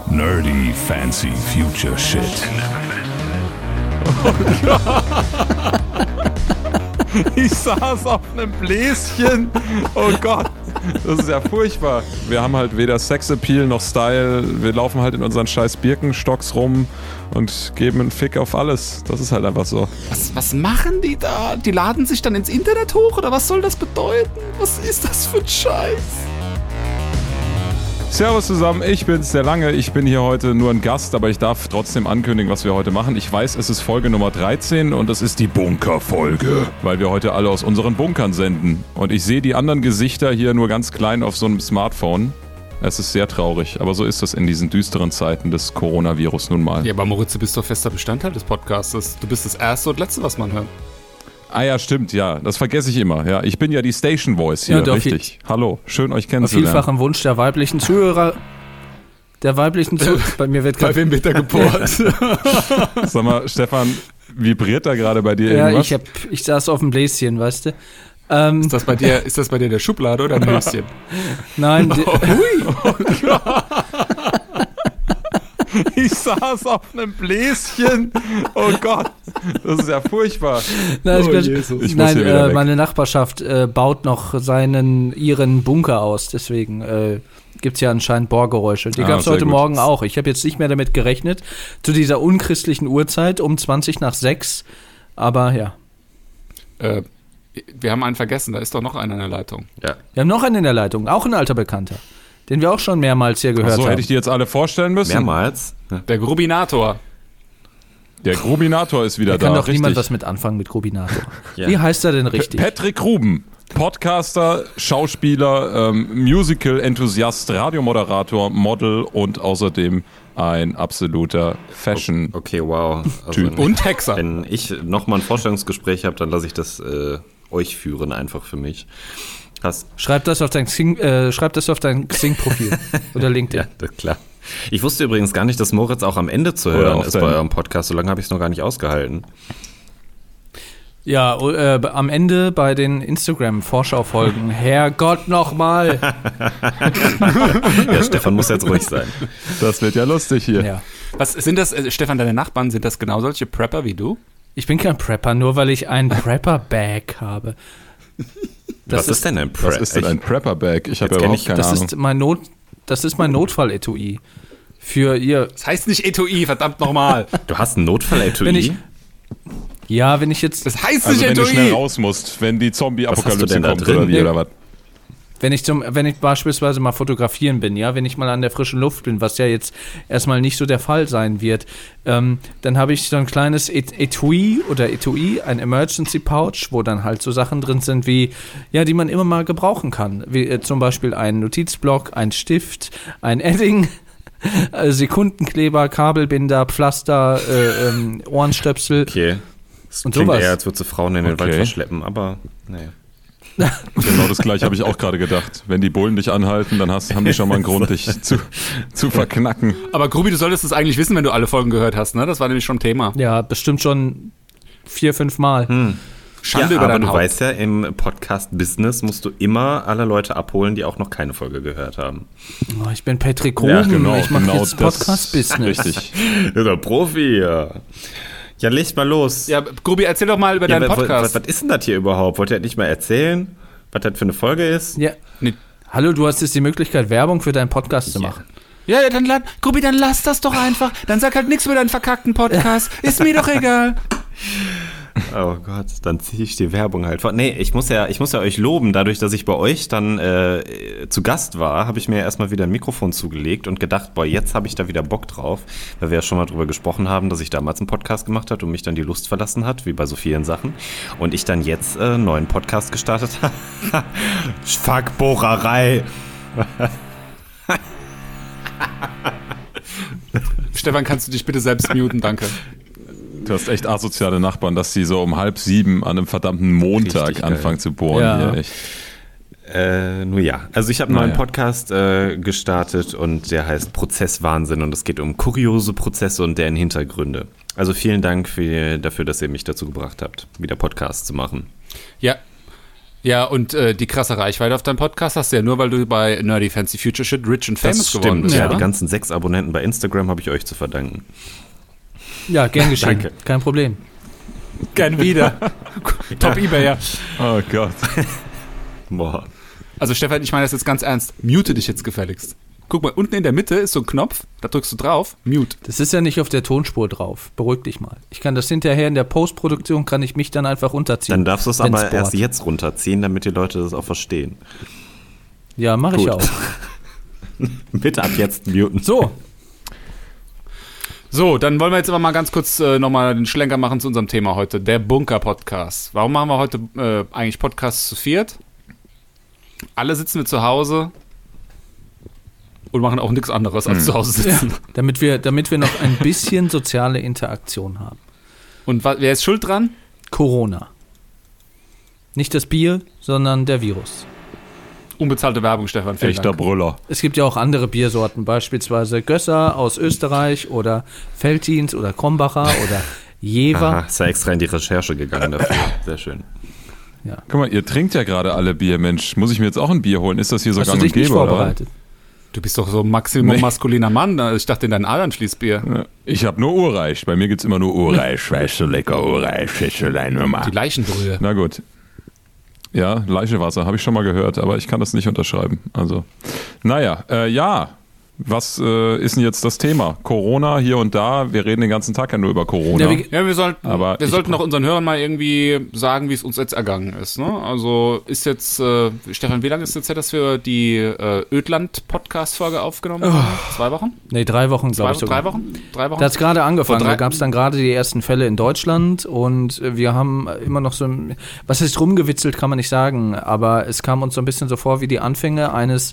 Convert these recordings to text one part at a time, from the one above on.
Nerdy Fancy Future Shit. Ich saß auf einem Bläschen. Oh Gott, das ist ja furchtbar. Wir haben halt weder Sexappeal noch Style. Wir laufen halt in unseren scheiß Birkenstocks rum und geben einen Fick auf alles. Das ist halt einfach so. Was machen die da? Die laden sich dann ins Internet hoch oder was soll das bedeuten? Was ist das für ein Scheiß? Servus zusammen, ich bin's, der Lange. Ich bin hier heute nur ein Gast, aber ich darf trotzdem ankündigen, was wir heute machen. Ich weiß, es ist Folge Nummer 13 und es ist die Bunkerfolge, weil wir heute alle aus unseren Bunkern senden. Und ich sehe die anderen Gesichter hier nur ganz klein auf so einem Smartphone. Es ist sehr traurig, aber so ist das in diesen düsteren Zeiten des Coronavirus nun mal. Ja, aber Moritz, du bist doch fester Bestandteil des Podcastes. Du bist das Erste und Letzte, was man hört. Ah ja, stimmt, ja. Das vergesse ich immer. Ja, ich bin ja die Station Voice hier, ja, richtig. Hallo, schön euch kennenzulernen. Auf vielfachen Wunsch der weiblichen Zuhörer. Bei mir wird bei wem wird da gebohrt? Sag mal, Stefan, vibriert da gerade bei dir irgendwas? Ja, ich saß auf dem Bläschen, weißt du. Ist das bei dir der Schublade oder ein Höschen? Nein. Oh Gott. Ich saß auf einem Bläschen. Oh Gott, das ist ja furchtbar. Nein, meine Nachbarschaft baut noch ihren Bunker aus. Deswegen gibt es ja anscheinend Bohrgeräusche. Die gab es heute Morgen auch. Ich habe jetzt nicht mehr damit gerechnet. Zu dieser unchristlichen Uhrzeit um 6:20. Aber ja. Wir haben einen vergessen. Da ist doch noch einer in der Leitung. Ja. Wir haben noch einen in der Leitung. Auch ein alter Bekannter. Den wir auch schon mehrmals hier gehört haben. So, hätte ich die jetzt alle vorstellen müssen? Mehrmals? Der Grubinator. Der Grubinator ist wieder da. Da kann doch richtig. niemand was mit anfangen mit Grubinator. Ja. Wie heißt er denn richtig? Patrick Gruben. Podcaster, Schauspieler, Musical-Enthusiast, Radiomoderator, Model und außerdem ein absoluter Fashion. Okay, wow. Also und Hexer. Wenn ich nochmal ein Vorstellungsgespräch habe, dann lasse ich das euch führen, einfach für mich. Schreib das auf dein Xing-Profil oder LinkedIn. Ja, das, klar. Ich wusste übrigens gar nicht, dass Moritz auch am Ende zu hören ist bei eurem Podcast. So lange habe ich es noch gar nicht ausgehalten. Ja, am Ende bei den Instagram-Vorschau-Folgen. Herrgott nochmal. Ja, Stefan muss jetzt ruhig sein. Das wird ja lustig hier. Ja. Was sind das, Stefan, deine Nachbarn, sind das genau solche Prepper wie du? Ich bin kein Prepper, nur weil ich ein Prepper-Bag habe. Was ist denn ein Prepper? Was ist denn ein Prepper-Bag? Ich habe ja überhaupt keine Ahnung. Das ist mein Notfall-Etui. Für ihr. Das heißt nicht Etui, verdammt nochmal. Du hast ein Notfall-Etui? Wenn ich jetzt. Das heißt nicht Etui. Wenn du schnell raus musst, wenn die Zombie-Apokalypse kommt oder wie, oder was? Wenn ich beispielsweise mal fotografieren bin, ja, wenn ich mal an der frischen Luft bin, was ja jetzt erstmal nicht so der Fall sein wird, dann habe ich so ein kleines Etui, ein Emergency Pouch, wo dann halt so Sachen drin sind wie, ja, die man immer mal gebrauchen kann, wie zum Beispiel ein Notizblock, ein Stift, ein Edding, Sekundenkleber, Kabelbinder, Pflaster, Ohrenstöpsel. Okay. Das und klingt sowas. Eher, als würdest du Frauen in den Wald verschleppen, aber naja. Genau das gleiche habe ich auch gerade gedacht. Wenn die Bullen dich anhalten, dann haben die schon mal einen Grund, dich zu verknacken. Aber Grubi, du solltest es eigentlich wissen, wenn du alle Folgen gehört hast, ne? Das war nämlich schon Thema. Ja, bestimmt schon 4-5 Mal. Schande ja, über dein aber du Haupt. weißt ja, im Podcast-Business musst du immer alle Leute abholen, die auch noch keine Folge gehört haben. Oh, ich bin Patrick Gruben, Ja, genau, ich mache genau jetzt Podcast-Business. Richtig. Du bist doch Profi, ja. Ja, leg mal los. Ja, Grubi, erzähl doch mal über deinen Podcast. Was ist denn das hier überhaupt? Wollt ihr nicht mal erzählen, was das für eine Folge ist? Ja. Nee. Hallo, du hast jetzt die Möglichkeit, Werbung für deinen Podcast zu machen. Ja, Grubi, dann lass das doch einfach. Dann sag halt nichts über deinen verkackten Podcast. Ist mir doch egal. Oh Gott, dann ziehe ich die Werbung halt vor. Nee, ich muss ja euch loben. Dadurch, dass ich bei euch dann zu Gast war, habe ich mir erstmal wieder ein Mikrofon zugelegt und gedacht, boah, jetzt habe ich da wieder Bock drauf. Weil wir ja schon mal drüber gesprochen haben, dass ich damals einen Podcast gemacht habe und mich dann die Lust verlassen hat, wie bei so vielen Sachen. Und ich dann jetzt einen neuen Podcast gestartet habe. Fuckbohrerei. Stefan, kannst du dich bitte selbst muten? Danke. Du hast echt asoziale Nachbarn, dass die so um 6:30 an einem verdammten Montag Richtig anfangen geil. zu bohren. Ja. Hier, echt. Nur ja, also ich habe einen neuen Podcast gestartet und der heißt Prozesswahnsinn und es geht um kuriose Prozesse und deren Hintergründe. Also vielen Dank dafür, dass ihr mich dazu gebracht habt, wieder Podcast zu machen. Ja, Ja, und die krasse Reichweite auf deinem Podcast hast du ja nur, weil du bei Nerdy Fancy Future Shit Rich and Famous geworden bist. Ja, die ganzen 6 Abonnenten bei Instagram habe ich euch zu verdanken. Ja, gern geschehen. Danke. Kein Problem. Gern wieder. Top Ebayer. Oh Gott. Boah. Also Stefan, ich meine das jetzt ganz ernst. Mute dich jetzt gefälligst. Guck mal, unten in der Mitte ist so ein Knopf, da drückst du drauf, Mute. Das ist ja nicht auf der Tonspur drauf. Beruhig dich mal. Ich kann das hinterher in der Postproduktion, kann ich mich dann einfach runterziehen. Dann darfst du es aber wenn's erst bohrt. jetzt runterziehen, damit die Leute das auch verstehen. Ja, mache ich Gut. auch. Bitte ab jetzt muten. So, dann wollen wir jetzt aber mal ganz kurz nochmal den Schlenker machen zu unserem Thema heute, der Bunker-Podcast. Warum machen wir heute eigentlich Podcasts zu viert? Alle sitzen wir zu Hause und machen auch nichts anderes als zu Hause sitzen. Ja, damit wir noch ein bisschen soziale Interaktion haben. Und wer ist schuld dran? Corona. Nicht das Bier, sondern der Virus. Unbezahlte Werbung, Stefan. Vielen Echter Dank. Brüller. Es gibt ja auch andere Biersorten, beispielsweise Gösser aus Österreich oder Veltins oder Krombacher oder Jever. Aha, ist ja extra in die Recherche gegangen dafür. Sehr schön. Guck mal, ihr trinkt ja gerade alle Bier, Mensch. Muss ich mir jetzt auch ein Bier holen? Ist das hier so Hast du gang und dich nicht gäbe, oder? vorbereitet? Du bist doch so ein maximum Nee. maskuliner Mann. Ich dachte, in deinen Adern schließt Bier. Ja, ich habe nur Urreich. Bei mir gibt's immer nur Urreich. Weißt du, lecker Urreich. Schätzelein, Nummer. Die Leichenbrühe. Na gut. Ja, Leichewasser, habe ich schon mal gehört, aber ich kann das nicht unterschreiben. Also, naja, ja. Was ist denn jetzt das Thema? Corona hier und da. Wir reden den ganzen Tag ja nur über Corona. Ja, Ja, wir sollten Aber noch unseren Hörern mal irgendwie sagen, wie es uns jetzt ergangen ist. Ne? Also ist jetzt, Stefan, wie lange ist jetzt her, dass wir die Ödland-Podcast-Folge aufgenommen haben? 2 Wochen? Nee, 3 Wochen, glaube ich sogar. 3 Wochen? 3 Wochen? Da hat es gerade angefangen, Vor 3 da gab es dann gerade die ersten Fälle in Deutschland und wir haben immer noch so, was ist rumgewitzelt, kann man nicht sagen, aber es kam uns so ein bisschen so vor wie die Anfänge eines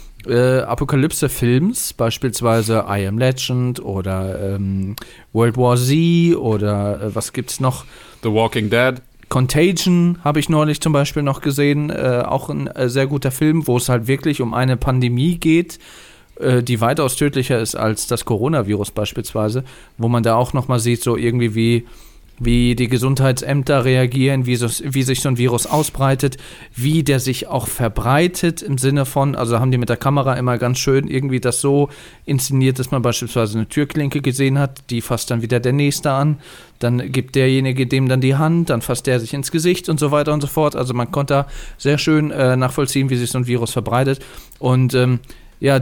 Apokalypse-Films, beispielsweise I Am Legend oder World War Z oder was gibt's noch? The Walking Dead. Contagion habe ich neulich zum Beispiel noch gesehen, auch ein sehr guter Film, wo es halt wirklich um eine Pandemie geht, die weitaus tödlicher ist als das Coronavirus beispielsweise, wo man da auch nochmal sieht, so irgendwie wie die Gesundheitsämter reagieren, wie sich so ein Virus ausbreitet, wie der sich auch verbreitet im Sinne von, also haben die mit der Kamera immer ganz schön irgendwie das so inszeniert, dass man beispielsweise eine Türklinke gesehen hat, die fasst dann wieder der Nächste an, dann gibt derjenige dem dann die Hand, dann fasst der sich ins Gesicht und so weiter und so fort. Also man konnte da sehr schön nachvollziehen, wie sich so ein Virus verbreitet. Und ja,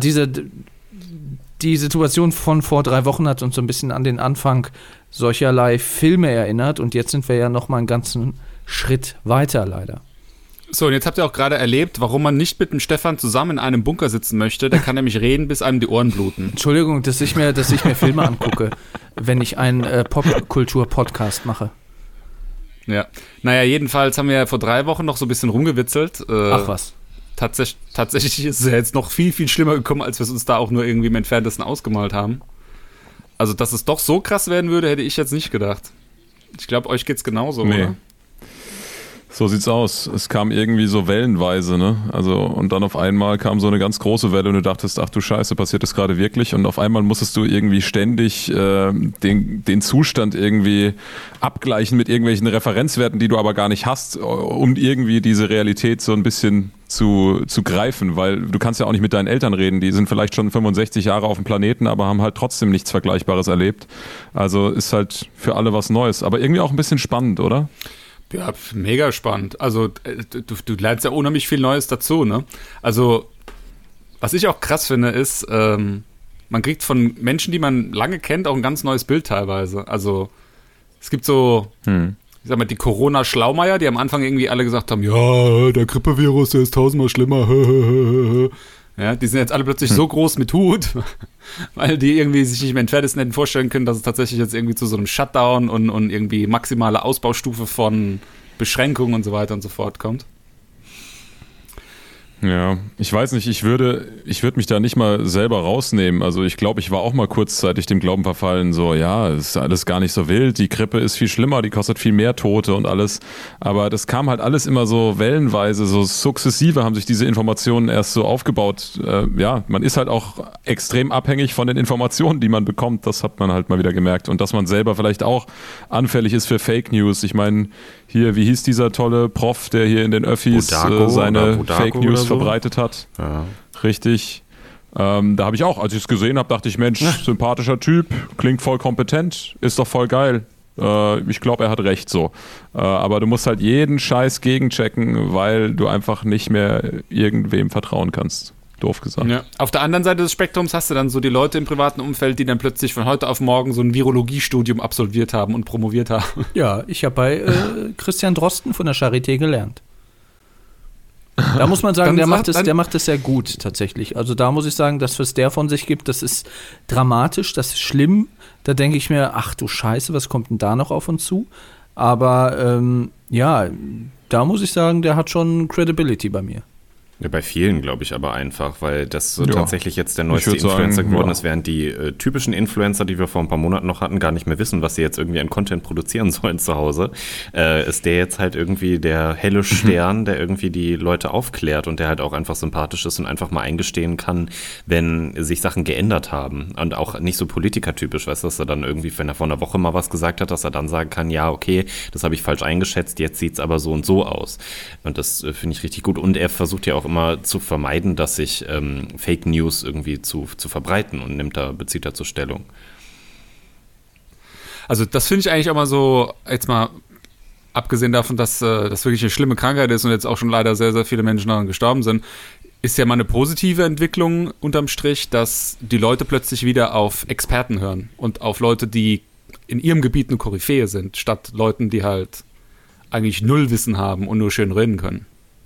die Situation von vor 3 Wochen hat uns so ein bisschen an den Anfang solcherlei Filme erinnert und jetzt sind wir ja noch mal einen ganzen Schritt weiter, leider. So, und jetzt habt ihr auch gerade erlebt, warum man nicht mit dem Stefan zusammen in einem Bunker sitzen möchte. Der kann nämlich reden, bis einem die Ohren bluten. Entschuldigung, dass ich mir Filme angucke, wenn ich einen Popkultur-Podcast mache. Ja. Naja, jedenfalls haben wir ja vor 3 Wochen noch so ein bisschen rumgewitzelt. Ach was. Tatsächlich ist es ja jetzt noch viel, viel schlimmer gekommen, als wir es uns da auch nur irgendwie im Entferntesten ausgemalt haben. Also, dass es doch so krass werden würde, hätte ich jetzt nicht gedacht. Ich glaube, euch geht's genauso, Nee. oder? So sieht's aus. Es kam irgendwie so wellenweise, ne? Also, und dann auf einmal kam so eine ganz große Welle und du dachtest, ach du Scheiße, passiert das gerade wirklich? Und auf einmal musstest du irgendwie ständig den Zustand irgendwie abgleichen mit irgendwelchen Referenzwerten, die du aber gar nicht hast, um irgendwie diese Realität so ein bisschen zu greifen, weil du kannst ja auch nicht mit deinen Eltern reden, die sind vielleicht schon 65 Jahre auf dem Planeten, aber haben halt trotzdem nichts Vergleichbares erlebt. Also ist halt für alle was Neues, aber irgendwie auch ein bisschen spannend, oder? Ja, mega spannend. Also, du lernst ja unheimlich viel Neues dazu, ne? Also, was ich auch krass finde, ist, man kriegt von Menschen, die man lange kennt, auch ein ganz neues Bild teilweise. Also, es gibt so, ich sag mal, die Corona-Schlaumeier, die am Anfang irgendwie alle gesagt haben, ja, der Grippevirus, der ist 1000-mal schlimmer. Ja, die sind jetzt alle plötzlich so groß mit Hut, weil die irgendwie sich nicht im Entferntesten hätten vorstellen können, dass es tatsächlich jetzt irgendwie zu so einem Shutdown und irgendwie maximale Ausbaustufe von Beschränkungen und so weiter und so fort kommt. Ja, ich weiß nicht, ich würde mich da nicht mal selber rausnehmen. Also ich glaube, ich war auch mal kurzzeitig dem Glauben verfallen, so ja, ist alles gar nicht so wild, die Grippe ist viel schlimmer, die kostet viel mehr Tote und alles. Aber das kam halt alles immer so wellenweise, so sukzessive haben sich diese Informationen erst so aufgebaut. Ja, man ist halt auch extrem abhängig von den Informationen, die man bekommt. Das hat man halt mal wieder gemerkt. Und dass man selber vielleicht auch anfällig ist für Fake News. Ich meine, hier, wie hieß dieser tolle Prof, der hier in den Öffis seine Fake News verbreitet hat. Ja. Richtig. Da habe ich auch, als ich es gesehen habe, dachte ich, Mensch, sympathischer Typ, klingt voll kompetent, ist doch voll geil. Ich glaube, er hat recht so. Aber du musst halt jeden Scheiß gegenchecken, weil du einfach nicht mehr irgendwem vertrauen kannst. Doof gesagt. Ja. Auf der anderen Seite des Spektrums hast du dann so die Leute im privaten Umfeld, die dann plötzlich von heute auf morgen so ein Virologiestudium absolviert haben und promoviert haben. Ja, ich habe bei Christian Drosten von der Charité gelernt. Da muss man sagen, der macht es sehr gut tatsächlich. Also da muss ich sagen, das, was der von sich gibt, das ist dramatisch, das ist schlimm. Da denke ich mir, ach du Scheiße, was kommt denn da noch auf uns zu? Aber ja, da muss ich sagen, der hat schon Credibility bei mir. Ja, bei vielen, glaube ich, aber einfach, weil das so tatsächlich jetzt der neueste Influencer geworden ist, während die typischen Influencer, die wir vor ein paar Monaten noch hatten, gar nicht mehr wissen, was sie jetzt irgendwie an Content produzieren sollen zu Hause, ist der jetzt halt irgendwie der helle Stern, der irgendwie die Leute aufklärt und der halt auch einfach sympathisch ist und einfach mal eingestehen kann, wenn sich Sachen geändert haben und auch nicht so politikertypisch, weißt du, dass er dann irgendwie, wenn er vor einer Woche mal was gesagt hat, dass er dann sagen kann, ja, okay, das habe ich falsch eingeschätzt, jetzt sieht es aber so und so aus. Und das finde ich richtig gut und er versucht ja auch immer zu vermeiden, dass sich Fake News irgendwie zu verbreiten und bezieht dazu Stellung. Also das finde ich eigentlich auch mal so, jetzt mal abgesehen davon, dass das wirklich eine schlimme Krankheit ist und jetzt auch schon leider sehr, sehr viele Menschen daran gestorben sind, ist ja mal eine positive Entwicklung unterm Strich, dass die Leute plötzlich wieder auf Experten hören und auf Leute, die in ihrem Gebiet eine Koryphäe sind, statt Leuten, die halt eigentlich null Wissen haben und nur schön reden können.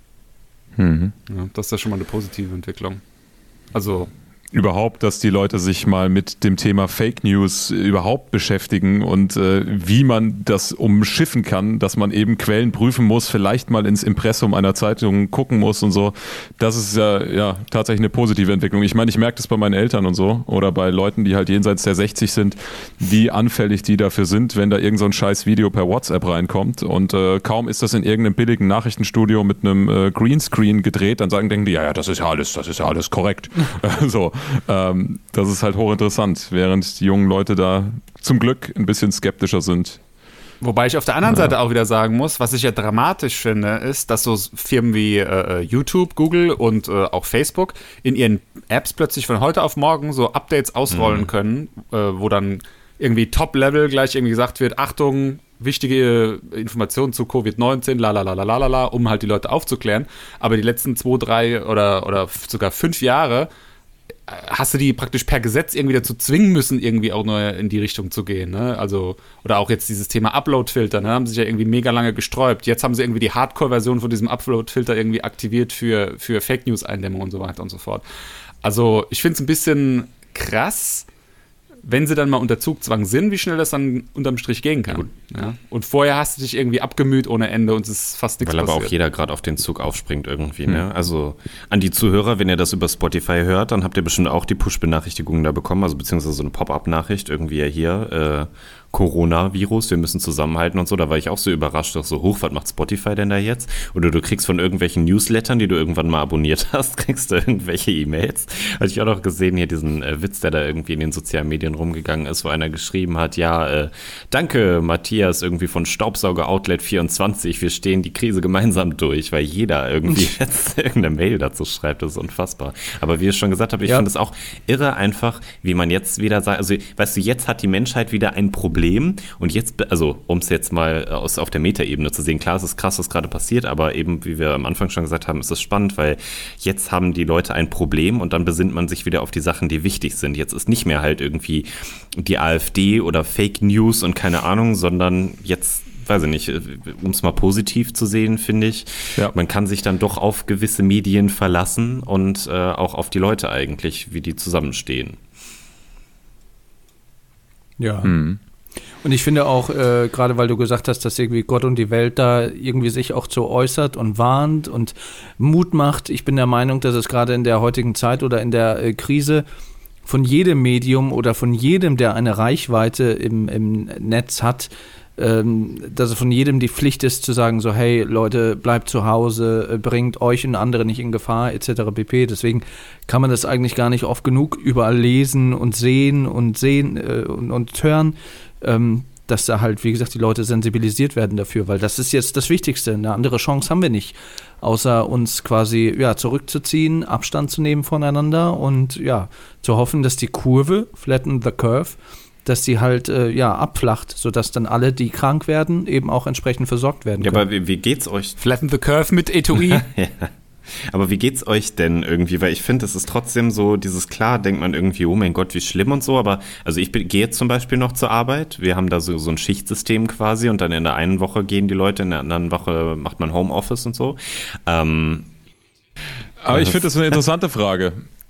Ja, das ist ja schon mal eine positive Entwicklung. Also überhaupt, dass die Leute sich mal mit dem Thema Fake News überhaupt beschäftigen und wie man das umschiffen kann, dass man eben Quellen prüfen muss, vielleicht mal ins Impressum einer Zeitung gucken muss und so. Das ist ja tatsächlich eine positive Entwicklung. Ich meine, ich merke das bei meinen Eltern und so oder bei Leuten, die halt jenseits der 60 sind, wie anfällig die dafür sind, wenn da irgend so ein scheiß Video per WhatsApp reinkommt und kaum ist das in irgendeinem billigen Nachrichtenstudio mit einem Greenscreen gedreht, dann denken die, ja, das ist ja alles korrekt. So. Das ist halt hochinteressant, während die jungen Leute da zum Glück ein bisschen skeptischer sind. Wobei ich auf der anderen Seite auch wieder sagen muss, was ich ja dramatisch finde, ist, dass so Firmen wie YouTube, Google und auch Facebook in ihren Apps plötzlich von heute auf morgen so Updates ausrollen können, wo dann irgendwie Top-Level gleich irgendwie gesagt wird, Achtung, wichtige Informationen zu Covid-19, lalalala, um halt die Leute aufzuklären. Aber die letzten 2, 3 oder sogar 5 Jahre hast du die praktisch per Gesetz irgendwie dazu zwingen müssen, irgendwie auch neu in die Richtung zu gehen, ne? Also, oder auch jetzt dieses Thema Upload-Filter, ne? Haben sich ja irgendwie mega lange gesträubt. Jetzt haben sie irgendwie die Hardcore-Version von diesem Upload-Filter irgendwie aktiviert für Fake-News-Eindämmung und so weiter und so fort. Also, ich finde es ein bisschen krass, wenn sie dann mal unter Zugzwang sind, wie schnell das dann unterm Strich gehen kann. Ja? Und vorher hast du dich irgendwie abgemüht ohne Ende und es ist fast nichts passiert. Weil aber auch jeder gerade auf den Zug aufspringt irgendwie. Ne? Also an die Zuhörer, wenn ihr das über Spotify hört, dann habt ihr bestimmt auch die Push-Benachrichtigungen da bekommen, also beziehungsweise so eine Pop-Up-Nachricht, irgendwie ja hier, Coronavirus, wir müssen zusammenhalten und so, da war ich auch so überrascht, dass so, was macht Spotify denn da jetzt? Oder du kriegst von irgendwelchen Newslettern, die du irgendwann mal abonniert hast, kriegst du irgendwelche E-Mails. Hatte ich auch noch gesehen, hier diesen Witz, der da irgendwie in den sozialen Medien rumgegangen ist, wo einer geschrieben hat, ja, danke Matthias irgendwie von Staubsauger Outlet 24, wir stehen die Krise gemeinsam durch, weil jeder irgendwie jetzt irgendeine Mail dazu schreibt, das ist unfassbar. Aber wie ich schon gesagt habe, ich finde es auch irre einfach, wie man jetzt wieder sagt, also weißt du, jetzt hat die Menschheit wieder ein Problem und jetzt, also um es jetzt mal auf der Metaebene zu sehen, klar, es ist krass, was gerade passiert, aber eben, wie wir am Anfang schon gesagt haben, ist es spannend, weil jetzt haben die Leute ein Problem und dann besinnt man sich wieder auf die Sachen, die wichtig sind. Jetzt ist nicht mehr halt irgendwie die AfD oder Fake News und keine Ahnung, sondern jetzt, weiß ich nicht, um es mal positiv zu sehen, finde ich, man kann sich dann doch auf gewisse Medien verlassen und auch auf die Leute eigentlich, wie die zusammenstehen. Ja. Und ich finde auch, gerade weil du gesagt hast, dass irgendwie Gott und die Welt da irgendwie sich auch so äußert und warnt und Mut macht. Ich bin der Meinung, dass es gerade in der heutigen Zeit oder in der Krise von jedem Medium oder von jedem, der eine Reichweite im Netz hat, dass es von jedem die Pflicht ist zu sagen so, hey Leute, bleibt zu Hause, bringt euch und andere nicht in Gefahr etc. pp. Deswegen kann man das eigentlich gar nicht oft genug überall lesen und sehen und hören, dass da halt, wie gesagt, die Leute sensibilisiert werden dafür, weil das ist jetzt das Wichtigste. Eine andere Chance haben wir nicht, außer uns quasi zurückzuziehen, Abstand zu nehmen voneinander und zu hoffen, dass die Kurve, flatten the curve, dass die halt abflacht, sodass dann alle, die krank werden, eben auch entsprechend versorgt werden können. Ja, aber wie geht's euch? Flatten the curve mit Etui. Ja. Aber wie geht's euch denn irgendwie? Weil ich finde, es ist trotzdem so, klar denkt man irgendwie, oh mein Gott, wie schlimm und so, aber also ich gehe jetzt zum Beispiel noch zur Arbeit, wir haben da so ein Schichtsystem quasi und dann in der einen Woche gehen die Leute, in der anderen Woche macht man Homeoffice und so. Aber ich finde das eine interessante Frage.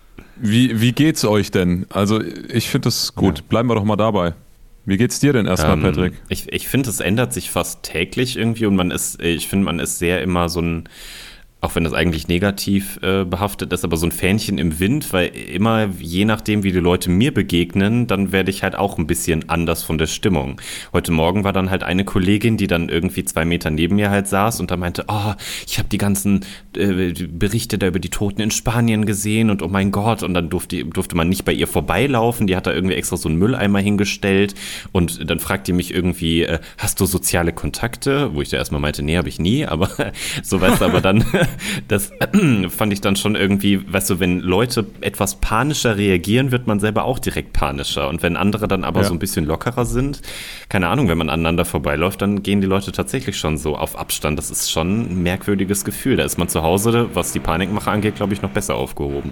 Wie geht's euch denn? Also ich finde das gut, bleiben wir doch mal dabei. Wie geht's dir denn erstmal, Patrick? Ich finde, es ändert sich fast täglich irgendwie und ich finde, man ist sehr immer so ein, auch wenn das eigentlich negativ behaftet ist, aber so ein Fähnchen im Wind, weil immer, je nachdem, wie die Leute mir begegnen, dann werde ich halt auch ein bisschen anders von der Stimmung. Heute Morgen war dann halt eine Kollegin, die dann irgendwie 2 Meter neben mir halt saß und da meinte, ich habe die ganzen Berichte da über die Toten in Spanien gesehen und oh mein Gott, und dann durfte man nicht bei ihr vorbeilaufen, die hat da irgendwie extra so einen Mülleimer hingestellt und dann fragt die mich irgendwie, hast du soziale Kontakte? Wo ich da erstmal meinte, nee, habe ich nie, aber so weißt du, aber dann das fand ich dann schon irgendwie, weißt du, wenn Leute etwas panischer reagieren, wird man selber auch direkt panischer. Und wenn andere dann aber so ein bisschen lockerer sind, keine Ahnung, wenn man aneinander vorbeiläuft, dann gehen die Leute tatsächlich schon so auf Abstand. Das ist schon ein merkwürdiges Gefühl. Da ist man zu Hause, was die Panikmache angeht, glaube ich, noch besser aufgehoben.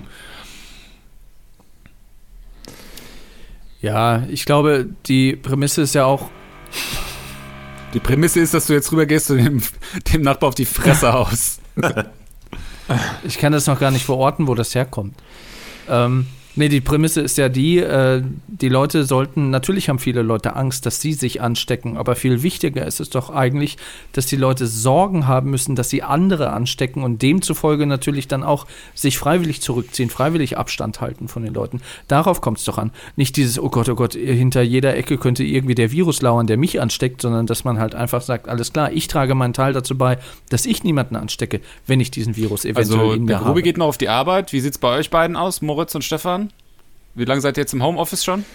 Ja, ich glaube, die Prämisse ist ja auch... Die Prämisse ist, dass du jetzt rübergehst und dem Nachbar auf die Fresse haust. Ich kann das noch gar nicht verorten, wo das herkommt. Nee, die Prämisse ist ja die Leute sollten, natürlich haben viele Leute Angst, dass sie sich anstecken, aber viel wichtiger ist es doch eigentlich, dass die Leute Sorgen haben müssen, dass sie andere anstecken und demzufolge natürlich dann auch sich freiwillig zurückziehen, freiwillig Abstand halten von den Leuten. Darauf kommt es doch an. Nicht dieses, oh Gott, hinter jeder Ecke könnte irgendwie der Virus lauern, der mich ansteckt, sondern dass man halt einfach sagt, alles klar, ich trage meinen Teil dazu bei, dass ich niemanden anstecke, wenn ich diesen Virus eventuell in mir habe. Also, der Rubi geht noch auf die Arbeit. Wie sieht's bei euch beiden aus, Moritz und Stefan? Wie lange seid ihr jetzt im Homeoffice schon?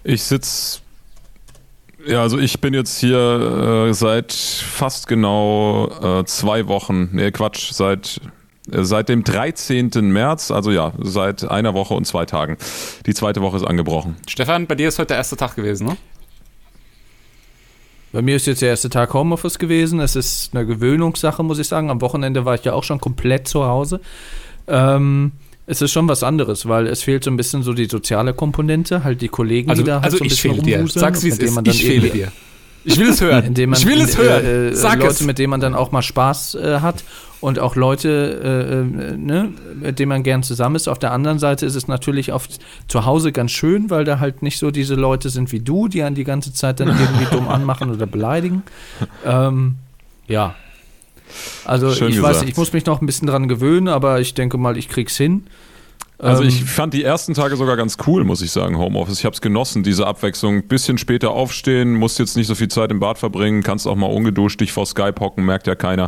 Also ich bin jetzt hier seit fast genau 2 Wochen, seit dem 13. März, also seit einer Woche und 2 Tagen. Die 2. Woche ist angebrochen. Stefan, bei dir ist heute der erste Tag gewesen, ne? Bei mir ist jetzt der erste Tag Homeoffice gewesen. Es ist eine Gewöhnungssache, muss ich sagen. Am Wochenende war ich ja auch schon komplett zu Hause. Es ist schon was anderes, weil es fehlt so ein bisschen so die soziale Komponente, halt die Kollegen, die da halt so ein bisschen rumwuseln. Sag's, wie es ist, ich fehle dir. Ich will es hören. Sag Leute, es. mit denen man dann auch mal Spaß hat und auch Leute, mit denen man gern zusammen ist. Auf der anderen Seite ist es natürlich oft zu Hause ganz schön, weil da halt nicht so diese Leute sind wie du, die einen die ganze Zeit dann irgendwie dumm anmachen oder beleidigen. Ja. Also Schön ich gesagt. weiß nicht, ich muss mich noch ein bisschen dran gewöhnen, aber ich denke mal, ich krieg's hin. Also ich fand die ersten Tage sogar ganz cool, muss ich sagen, Homeoffice. Ich habe es genossen, diese Abwechslung. Bisschen später aufstehen, musst jetzt nicht so viel Zeit im Bad verbringen, kannst auch mal ungeduscht dich vor Skype hocken, merkt ja keiner.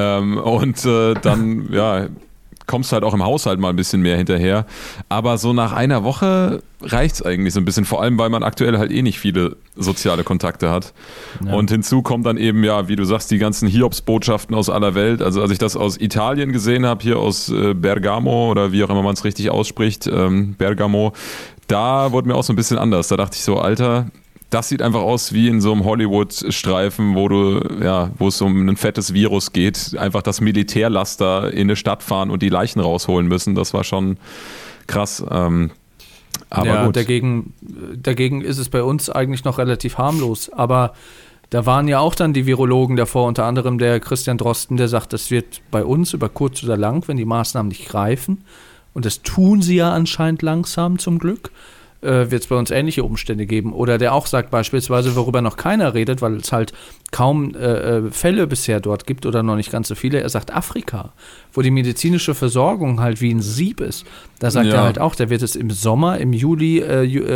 Dann kommst halt auch im Haushalt mal ein bisschen mehr hinterher. Aber so nach einer Woche reicht's eigentlich so ein bisschen, vor allem, weil man aktuell halt nicht viele soziale Kontakte hat. Ja. Und hinzu kommen dann eben, wie du sagst, die ganzen Hiobsbotschaften aus aller Welt. Also als ich das aus Italien gesehen habe, hier aus Bergamo oder wie auch immer man es richtig ausspricht, Bergamo, da wurde mir auch so ein bisschen anders. Da dachte ich so, Alter, das sieht einfach aus wie in so einem Hollywood-Streifen, wo es um ein fettes Virus geht. Einfach das Militärlaster in eine Stadt fahren und die Leichen rausholen müssen. Das war schon krass. Aber gut. Dagegen ist es bei uns eigentlich noch relativ harmlos. Aber da waren ja auch dann die Virologen davor, unter anderem der Christian Drosten, der sagt, das wird bei uns über kurz oder lang, wenn die Maßnahmen nicht greifen. Und das tun sie ja anscheinend langsam zum Glück. wird es bei uns ähnliche Umstände geben. Oder der auch sagt beispielsweise, worüber noch keiner redet, weil es halt kaum Fälle bisher dort gibt oder noch nicht ganz so viele, er sagt Afrika, wo die medizinische Versorgung halt wie ein Sieb ist. Da sagt er halt auch, da wird es im Sommer, im Juli,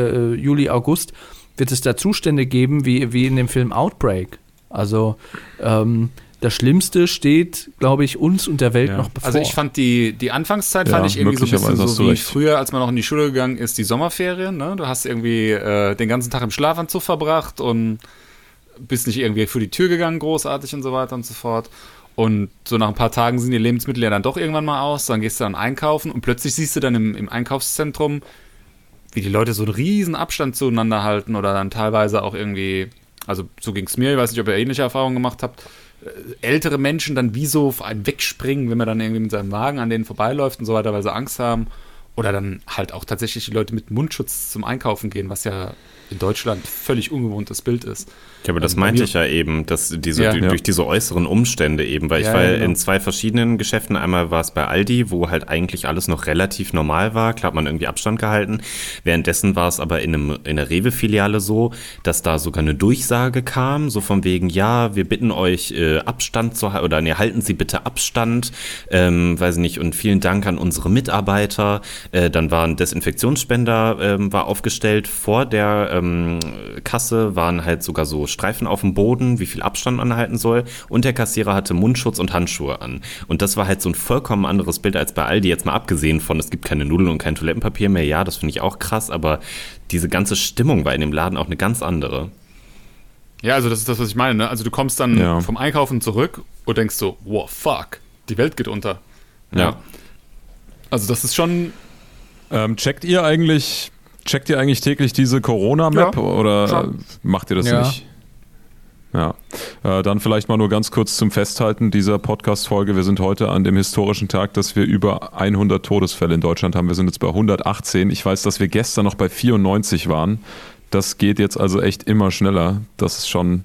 August, wird es da Zustände geben, wie in dem Film Outbreak. Also das Schlimmste steht, glaube ich, uns und der Welt noch bevor. Also ich fand die Anfangszeit fand ich irgendwie so ein bisschen so wie früher, als man noch in die Schule gegangen ist, die Sommerferien. Ne? Du hast irgendwie den ganzen Tag im Schlafanzug verbracht und bist nicht irgendwie vor die Tür gegangen, großartig und so weiter und so fort. Und so nach ein paar Tagen sind die Lebensmittel ja dann doch irgendwann mal aus, dann gehst du dann einkaufen und plötzlich siehst du dann im Einkaufszentrum, wie die Leute so einen riesen Abstand zueinander halten oder dann teilweise auch irgendwie, also so ging es mir, ich weiß nicht, ob ihr ähnliche Erfahrungen gemacht habt, ältere Menschen dann wie so auf einen wegspringen, wenn man dann irgendwie mit seinem Wagen an denen vorbeiläuft und so weiter, weil sie Angst haben. Oder dann halt auch tatsächlich die Leute mit Mundschutz zum Einkaufen gehen, was ja in Deutschland völlig ungewohntes Bild ist. Ja, aber das meinte ich ja eben, dass durch diese äußeren Umstände eben, weil ich war in 2 verschiedenen Geschäften, einmal war es bei Aldi, wo halt eigentlich alles noch relativ normal war, klar hat man irgendwie Abstand gehalten, währenddessen war es aber in der Rewe-Filiale so, dass da sogar eine Durchsage kam, so von wegen, ja, wir bitten euch Abstand zu halten, oder ne, halten Sie bitte Abstand, weiß ich nicht, und vielen Dank an unsere Mitarbeiter, dann war ein Desinfektionsspender war aufgestellt, vor der Kasse waren halt sogar so Streifen auf dem Boden, wie viel Abstand man halten soll, und der Kassierer hatte Mundschutz und Handschuhe an. Und das war halt so ein vollkommen anderes Bild als bei Aldi, jetzt mal abgesehen von, es gibt keine Nudeln und kein Toilettenpapier mehr, ja, das finde ich auch krass, aber diese ganze Stimmung war in dem Laden auch eine ganz andere. Ja, also das ist das, was ich meine, ne? Also du kommst dann vom Einkaufen zurück und denkst so, wow, fuck, die Welt geht unter. Ja. Also das ist schon... Checkt ihr eigentlich täglich diese Corona-Map oder schon. Macht ihr das nicht? Ja. Dann vielleicht mal nur ganz kurz zum Festhalten dieser Podcast-Folge. Wir sind heute an dem historischen Tag, dass wir über 100 Todesfälle in Deutschland haben. Wir sind jetzt bei 118. Ich weiß, dass wir gestern noch bei 94 waren. Das geht jetzt also echt immer schneller. Das ist schon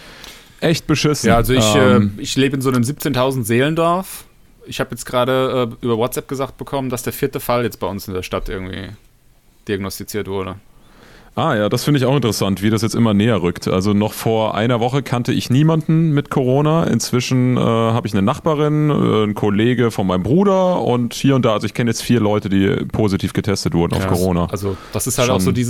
echt beschissen. Ja, also ich lebe in so einem 17.000 Seelendorf. Ich habe jetzt gerade über WhatsApp gesagt bekommen, dass der 4. Fall jetzt bei uns in der Stadt irgendwie diagnostiziert wurde. Ah ja, das finde ich auch interessant, wie das jetzt immer näher rückt. Also noch vor einer Woche kannte ich niemanden mit Corona. Inzwischen habe ich eine Nachbarin, einen Kollege von meinem Bruder und hier und da. Also ich kenne jetzt 4 Leute, die positiv getestet wurden auf Corona. Also das ist halt auch so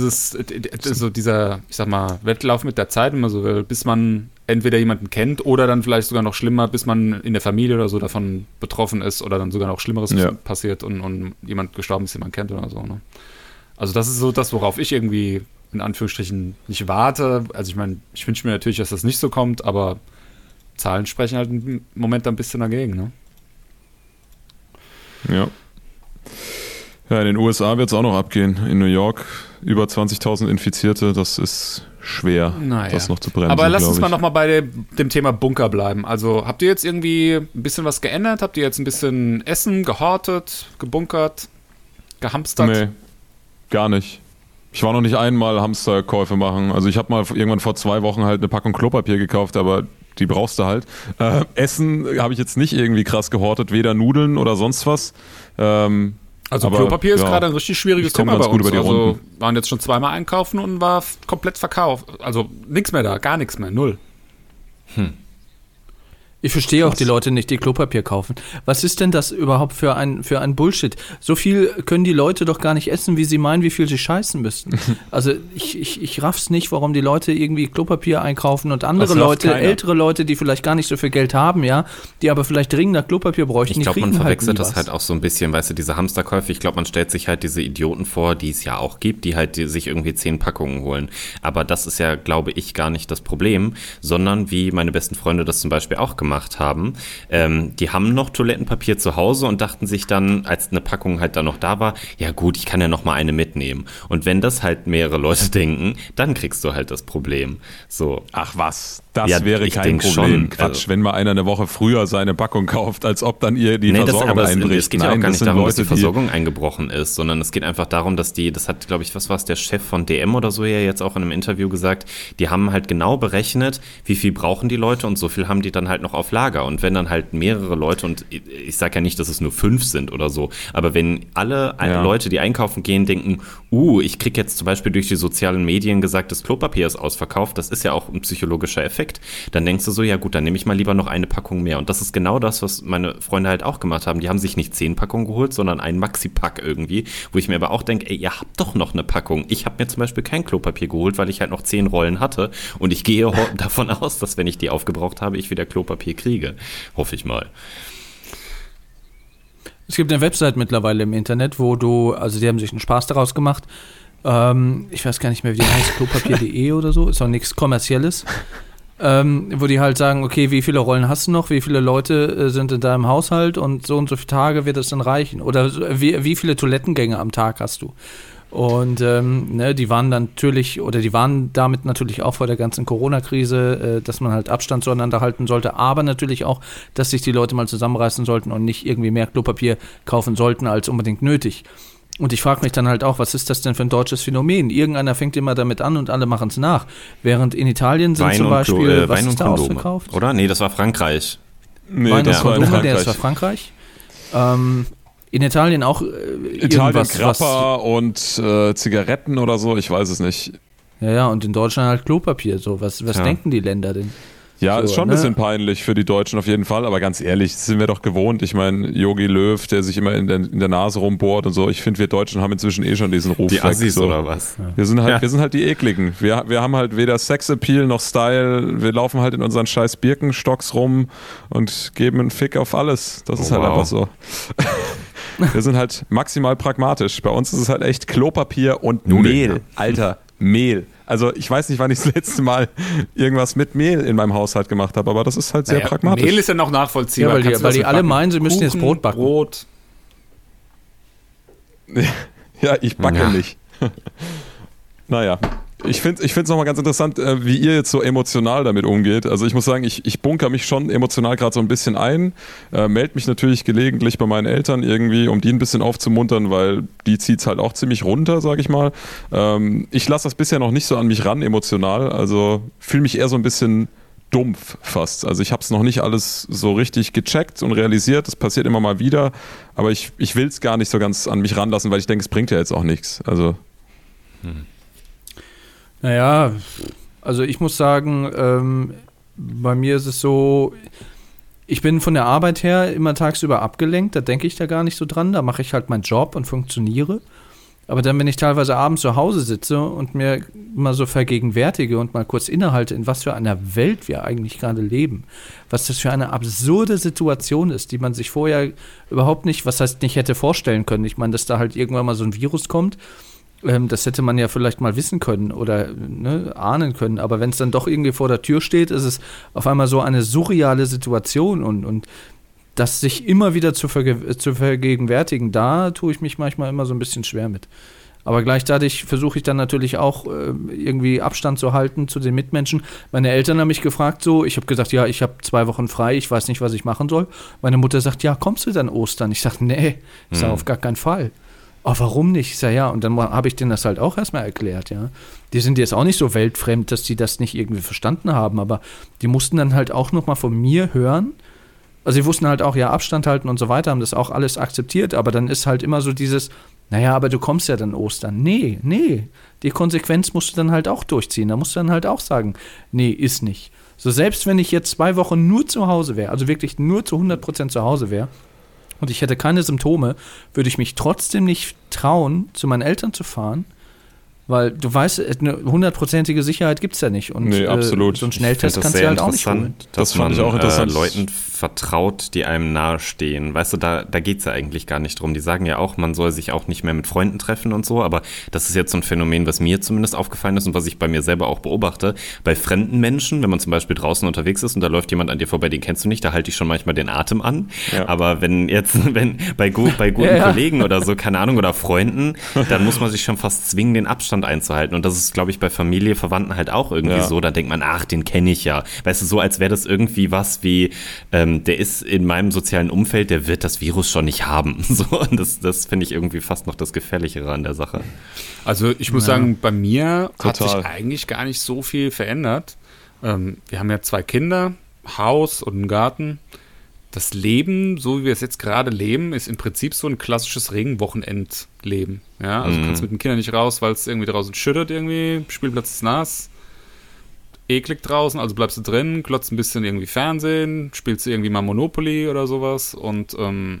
dieser, ich sag mal, Wettlauf mit der Zeit, wenn man so will, bis man entweder jemanden kennt oder dann vielleicht sogar noch schlimmer, bis man in der Familie oder so davon betroffen ist oder dann sogar noch Schlimmeres passiert und jemand gestorben ist, den man kennt oder so, ne? Also das ist so das, worauf ich irgendwie in Anführungsstrichen nicht warte. Also ich meine, ich wünsche mir natürlich, dass das nicht so kommt, aber Zahlen sprechen halt im Moment ein bisschen dagegen, ne? Ja. Ja, in den USA wird es auch noch abgehen. In New York über 20.000 Infizierte, das ist schwer, das noch zu bremsen. Aber lass uns mal nochmal bei dem Thema Bunker bleiben. Also habt ihr jetzt irgendwie ein bisschen was geändert? Habt ihr jetzt ein bisschen Essen gehortet, gebunkert, gehamstert? Nee. Gar nicht. Ich war noch nicht einmal Hamsterkäufe machen. Also ich habe mal irgendwann vor 2 Wochen halt eine Packung Klopapier gekauft, aber die brauchst du halt. Essen habe ich jetzt nicht irgendwie krass gehortet, weder Nudeln oder sonst was. Also aber, Klopapier ist gerade ein richtig schwieriges Thema bei uns. Also waren jetzt schon 2-mal einkaufen und war komplett verkauft. Also nichts mehr da, gar nichts mehr, 0. Ich verstehe auch die Leute nicht, die Klopapier kaufen. Was ist denn das überhaupt für ein Bullshit? So viel können die Leute doch gar nicht essen, wie sie meinen, wie viel sie scheißen müssten. Also ich raff's nicht, warum die Leute irgendwie Klopapier einkaufen und andere Leute, ältere Leute, die vielleicht gar nicht so viel Geld haben, ja, die aber vielleicht dringender Klopapier bräuchten. Ich glaube, man verwechselt das halt auch so ein bisschen, weißt du, diese Hamsterkäufe. Ich glaube, man stellt sich halt diese Idioten vor, die es ja auch gibt, die halt sich irgendwie 10 Packungen holen. Aber das ist ja, glaube ich, gar nicht das Problem, sondern wie meine besten Freunde das zum Beispiel auch gemacht haben. Die haben noch Toilettenpapier zu Hause und dachten sich dann, als eine Packung halt da noch da war, ja gut, ich kann ja noch mal eine mitnehmen. Und wenn das halt mehrere Leute denken, dann kriegst du halt das Problem. So. Ach was, das wäre kein Problem. Schon, Quatsch, wenn mal einer eine Woche früher seine Packung kauft, als ob dann ihr die Versorgung einbricht. Es geht ja auch gar nicht darum, dass die Versorgung eingebrochen ist, sondern es geht einfach darum, dass das hat, glaube ich, was war es, der Chef von DM oder so ja jetzt auch in einem Interview gesagt, die haben halt genau berechnet, wie viel brauchen die Leute und so viel haben die dann halt noch auf Lager. Und wenn dann halt mehrere Leute, und ich sage ja nicht, dass es nur 5 sind oder so, aber wenn alle Leute, die einkaufen gehen, denken, ich kriege jetzt zum Beispiel durch die sozialen Medien gesagt, das Klopapier ist ausverkauft. Das ist ja auch ein psychologischer Effekt. Dann denkst du so, ja gut, dann nehme ich mal lieber noch eine Packung mehr. Und das ist genau das, was meine Freunde halt auch gemacht haben. Die haben sich nicht 10 Packungen geholt, sondern einen Maxi-Pack irgendwie, wo ich mir aber auch denke, ey, ihr habt doch noch eine Packung. Ich habe mir zum Beispiel kein Klopapier geholt, weil ich halt noch 10 Rollen hatte. Und ich gehe davon aus, dass wenn ich die aufgebraucht habe, ich wieder Klopapier kriege. Hoffe ich mal. Es gibt eine Website mittlerweile im Internet, wo die haben sich einen Spaß daraus gemacht. Ich weiß gar nicht mehr, wie die heißt, klopapier.de oder so, ist auch nichts Kommerzielles. Wo die halt sagen, okay, wie viele Rollen hast du noch, wie viele Leute sind in deinem Haushalt und so viele Tage wird es dann reichen. Oder wie viele Toilettengänge am Tag hast du. Und die waren damit natürlich auch vor der ganzen Corona-Krise, dass man halt Abstand zueinander halten sollte, aber natürlich auch, dass sich die Leute mal zusammenreißen sollten und nicht irgendwie mehr Klopapier kaufen sollten als unbedingt nötig. Und ich frage mich dann halt auch, was ist das denn für ein deutsches Phänomen? Irgendeiner fängt immer damit an und alle machen es nach. Während in Italien sind zum Beispiel, was ist da ausverkauft? Oder? Nee, das war Frankreich. Nee, Wein das und war in Kondome, das Frankreich. war Frankreich. In Italien auch irgendwas. Grappa und Zigaretten oder so, ich weiß es nicht. Ja, und in Deutschland halt Klopapier. So, was denken die Länder denn? Ja, So, ist schon ein ne? bisschen peinlich für die Deutschen auf jeden Fall, aber ganz ehrlich, das sind wir doch gewohnt. Ich meine, Jogi Löw, der sich immer in der Nase rumbohrt und so, ich finde, wir Deutschen haben inzwischen schon diesen Ruf. Die Assis so. oder was? Wir sind halt die Ekligen. Wir haben halt weder Sexappeal noch Style. Wir laufen halt in unseren scheiß Birkenstocks rum und geben einen Fick auf alles. Das ist halt einfach so. Wir sind halt maximal pragmatisch. Bei uns ist es halt echt Klopapier und Nudeln, Mehl. ja. Alter, Mehl. Also ich weiß nicht, wann ich das letzte Mal irgendwas mit Mehl in meinem Haushalt gemacht habe, aber das ist halt sehr pragmatisch. Mehl ist ja noch nachvollziehbar. Ja, weil die alle meinen, sie müssen jetzt Brot backen. Brot. Ja, ich backe nicht. Naja, ich finde es nochmal ganz interessant, wie ihr jetzt so emotional damit umgeht. Also ich muss sagen, ich bunker mich schon emotional gerade so ein bisschen ein, melde mich natürlich gelegentlich bei meinen Eltern irgendwie, um die ein bisschen aufzumuntern, weil die zieht es halt auch ziemlich runter, sage ich mal. Ich lasse das bisher noch nicht so an mich ran emotional, also fühle mich eher so ein bisschen dumpf fast. Also ich habe es noch nicht alles so richtig gecheckt und realisiert, das passiert immer mal wieder, aber ich will es gar nicht so ganz an mich ranlassen, weil ich denke, es bringt ja jetzt auch nichts. Also Naja, also ich muss sagen, bei mir ist es so, ich bin von der Arbeit her immer tagsüber abgelenkt, da denke ich da gar nicht so dran, da mache ich halt meinen Job und funktioniere. Aber dann, wenn ich teilweise abends zu Hause sitze und mir mal so vergegenwärtige und mal kurz innehalte, in was für einer Welt wir eigentlich gerade leben, was das für eine absurde Situation ist, die man sich vorher überhaupt nicht, was heißt nicht hätte vorstellen können. Ich meine, dass da halt irgendwann mal so ein Virus kommt, das hätte man ja vielleicht mal wissen können oder ahnen können. Aber wenn es dann doch irgendwie vor der Tür steht, ist es auf einmal so eine surreale Situation und das sich immer wieder zu vergegenwärtigen, da tue ich mich manchmal immer so ein bisschen schwer mit. Aber gleichzeitig versuche ich dann natürlich auch irgendwie Abstand zu halten zu den Mitmenschen. Meine Eltern haben mich gefragt so, ich habe gesagt, ja, ich habe 2 Wochen frei, ich weiß nicht, was ich machen soll. Meine Mutter sagt, ja, kommst du dann Ostern? Ich sage, nee, ich sage, auf gar keinen Fall. Oh, warum nicht? Ich sage, ja, und dann habe ich denen das halt auch erstmal erklärt, ja. Die sind jetzt auch nicht so weltfremd, dass die das nicht irgendwie verstanden haben, aber die mussten dann halt auch nochmal von mir hören. Also sie wussten halt auch, ja, Abstand halten und so weiter, haben das auch alles akzeptiert, aber dann ist halt immer so dieses, naja, aber du kommst ja dann Ostern. Nee, die Konsequenz musst du dann halt auch durchziehen. Da musst du dann halt auch sagen, nee, ist nicht. So, selbst wenn ich jetzt 2 Wochen nur zu Hause wäre, also wirklich nur zu 100% zu Hause wäre und ich hätte keine Symptome, würde ich mich trotzdem nicht trauen, zu meinen Eltern zu fahren, weil du weißt, eine 100%ige Sicherheit gibt es ja nicht. Und nee, absolut. So einen Schnelltest kannst du halt auch nicht holen. Dass fand ich auch interessant. Leuten vertraut, die einem nahestehen. Weißt du, da geht es ja eigentlich gar nicht drum. Die sagen ja auch, man soll sich auch nicht mehr mit Freunden treffen und so, aber das ist jetzt so ein Phänomen, was mir zumindest aufgefallen ist und was ich bei mir selber auch beobachte. Bei fremden Menschen, wenn man zum Beispiel draußen unterwegs ist und da läuft jemand an dir vorbei, den kennst du nicht, da halte ich schon manchmal den Atem an. Ja. Aber wenn bei guten Kollegen oder so, keine Ahnung, oder Freunden, dann muss man sich schon fast zwingen, den Abstand einzuhalten. Und das ist, glaube ich, bei Familie, Verwandten halt auch irgendwie so. Da denkt man, ach, den kenne ich ja. Weißt du, so als wäre das irgendwie was wie, der ist in meinem sozialen Umfeld, der wird das Virus schon nicht haben. So, und das finde ich irgendwie fast noch das Gefährlichere an der Sache. Also ich muss sagen, bei mir hat sich eigentlich gar nicht so viel verändert. Wir haben ja 2 Kinder, Haus und einen Garten. das Leben, so wie wir es jetzt gerade leben, ist im Prinzip so ein klassisches Regenwochenendleben. Ja, also du kannst mit den Kindern nicht raus, weil es irgendwie draußen schüttet irgendwie, Spielplatz ist nass, eklig draußen, also bleibst du drin, glotzt ein bisschen irgendwie Fernsehen, spielst du irgendwie mal Monopoly oder sowas und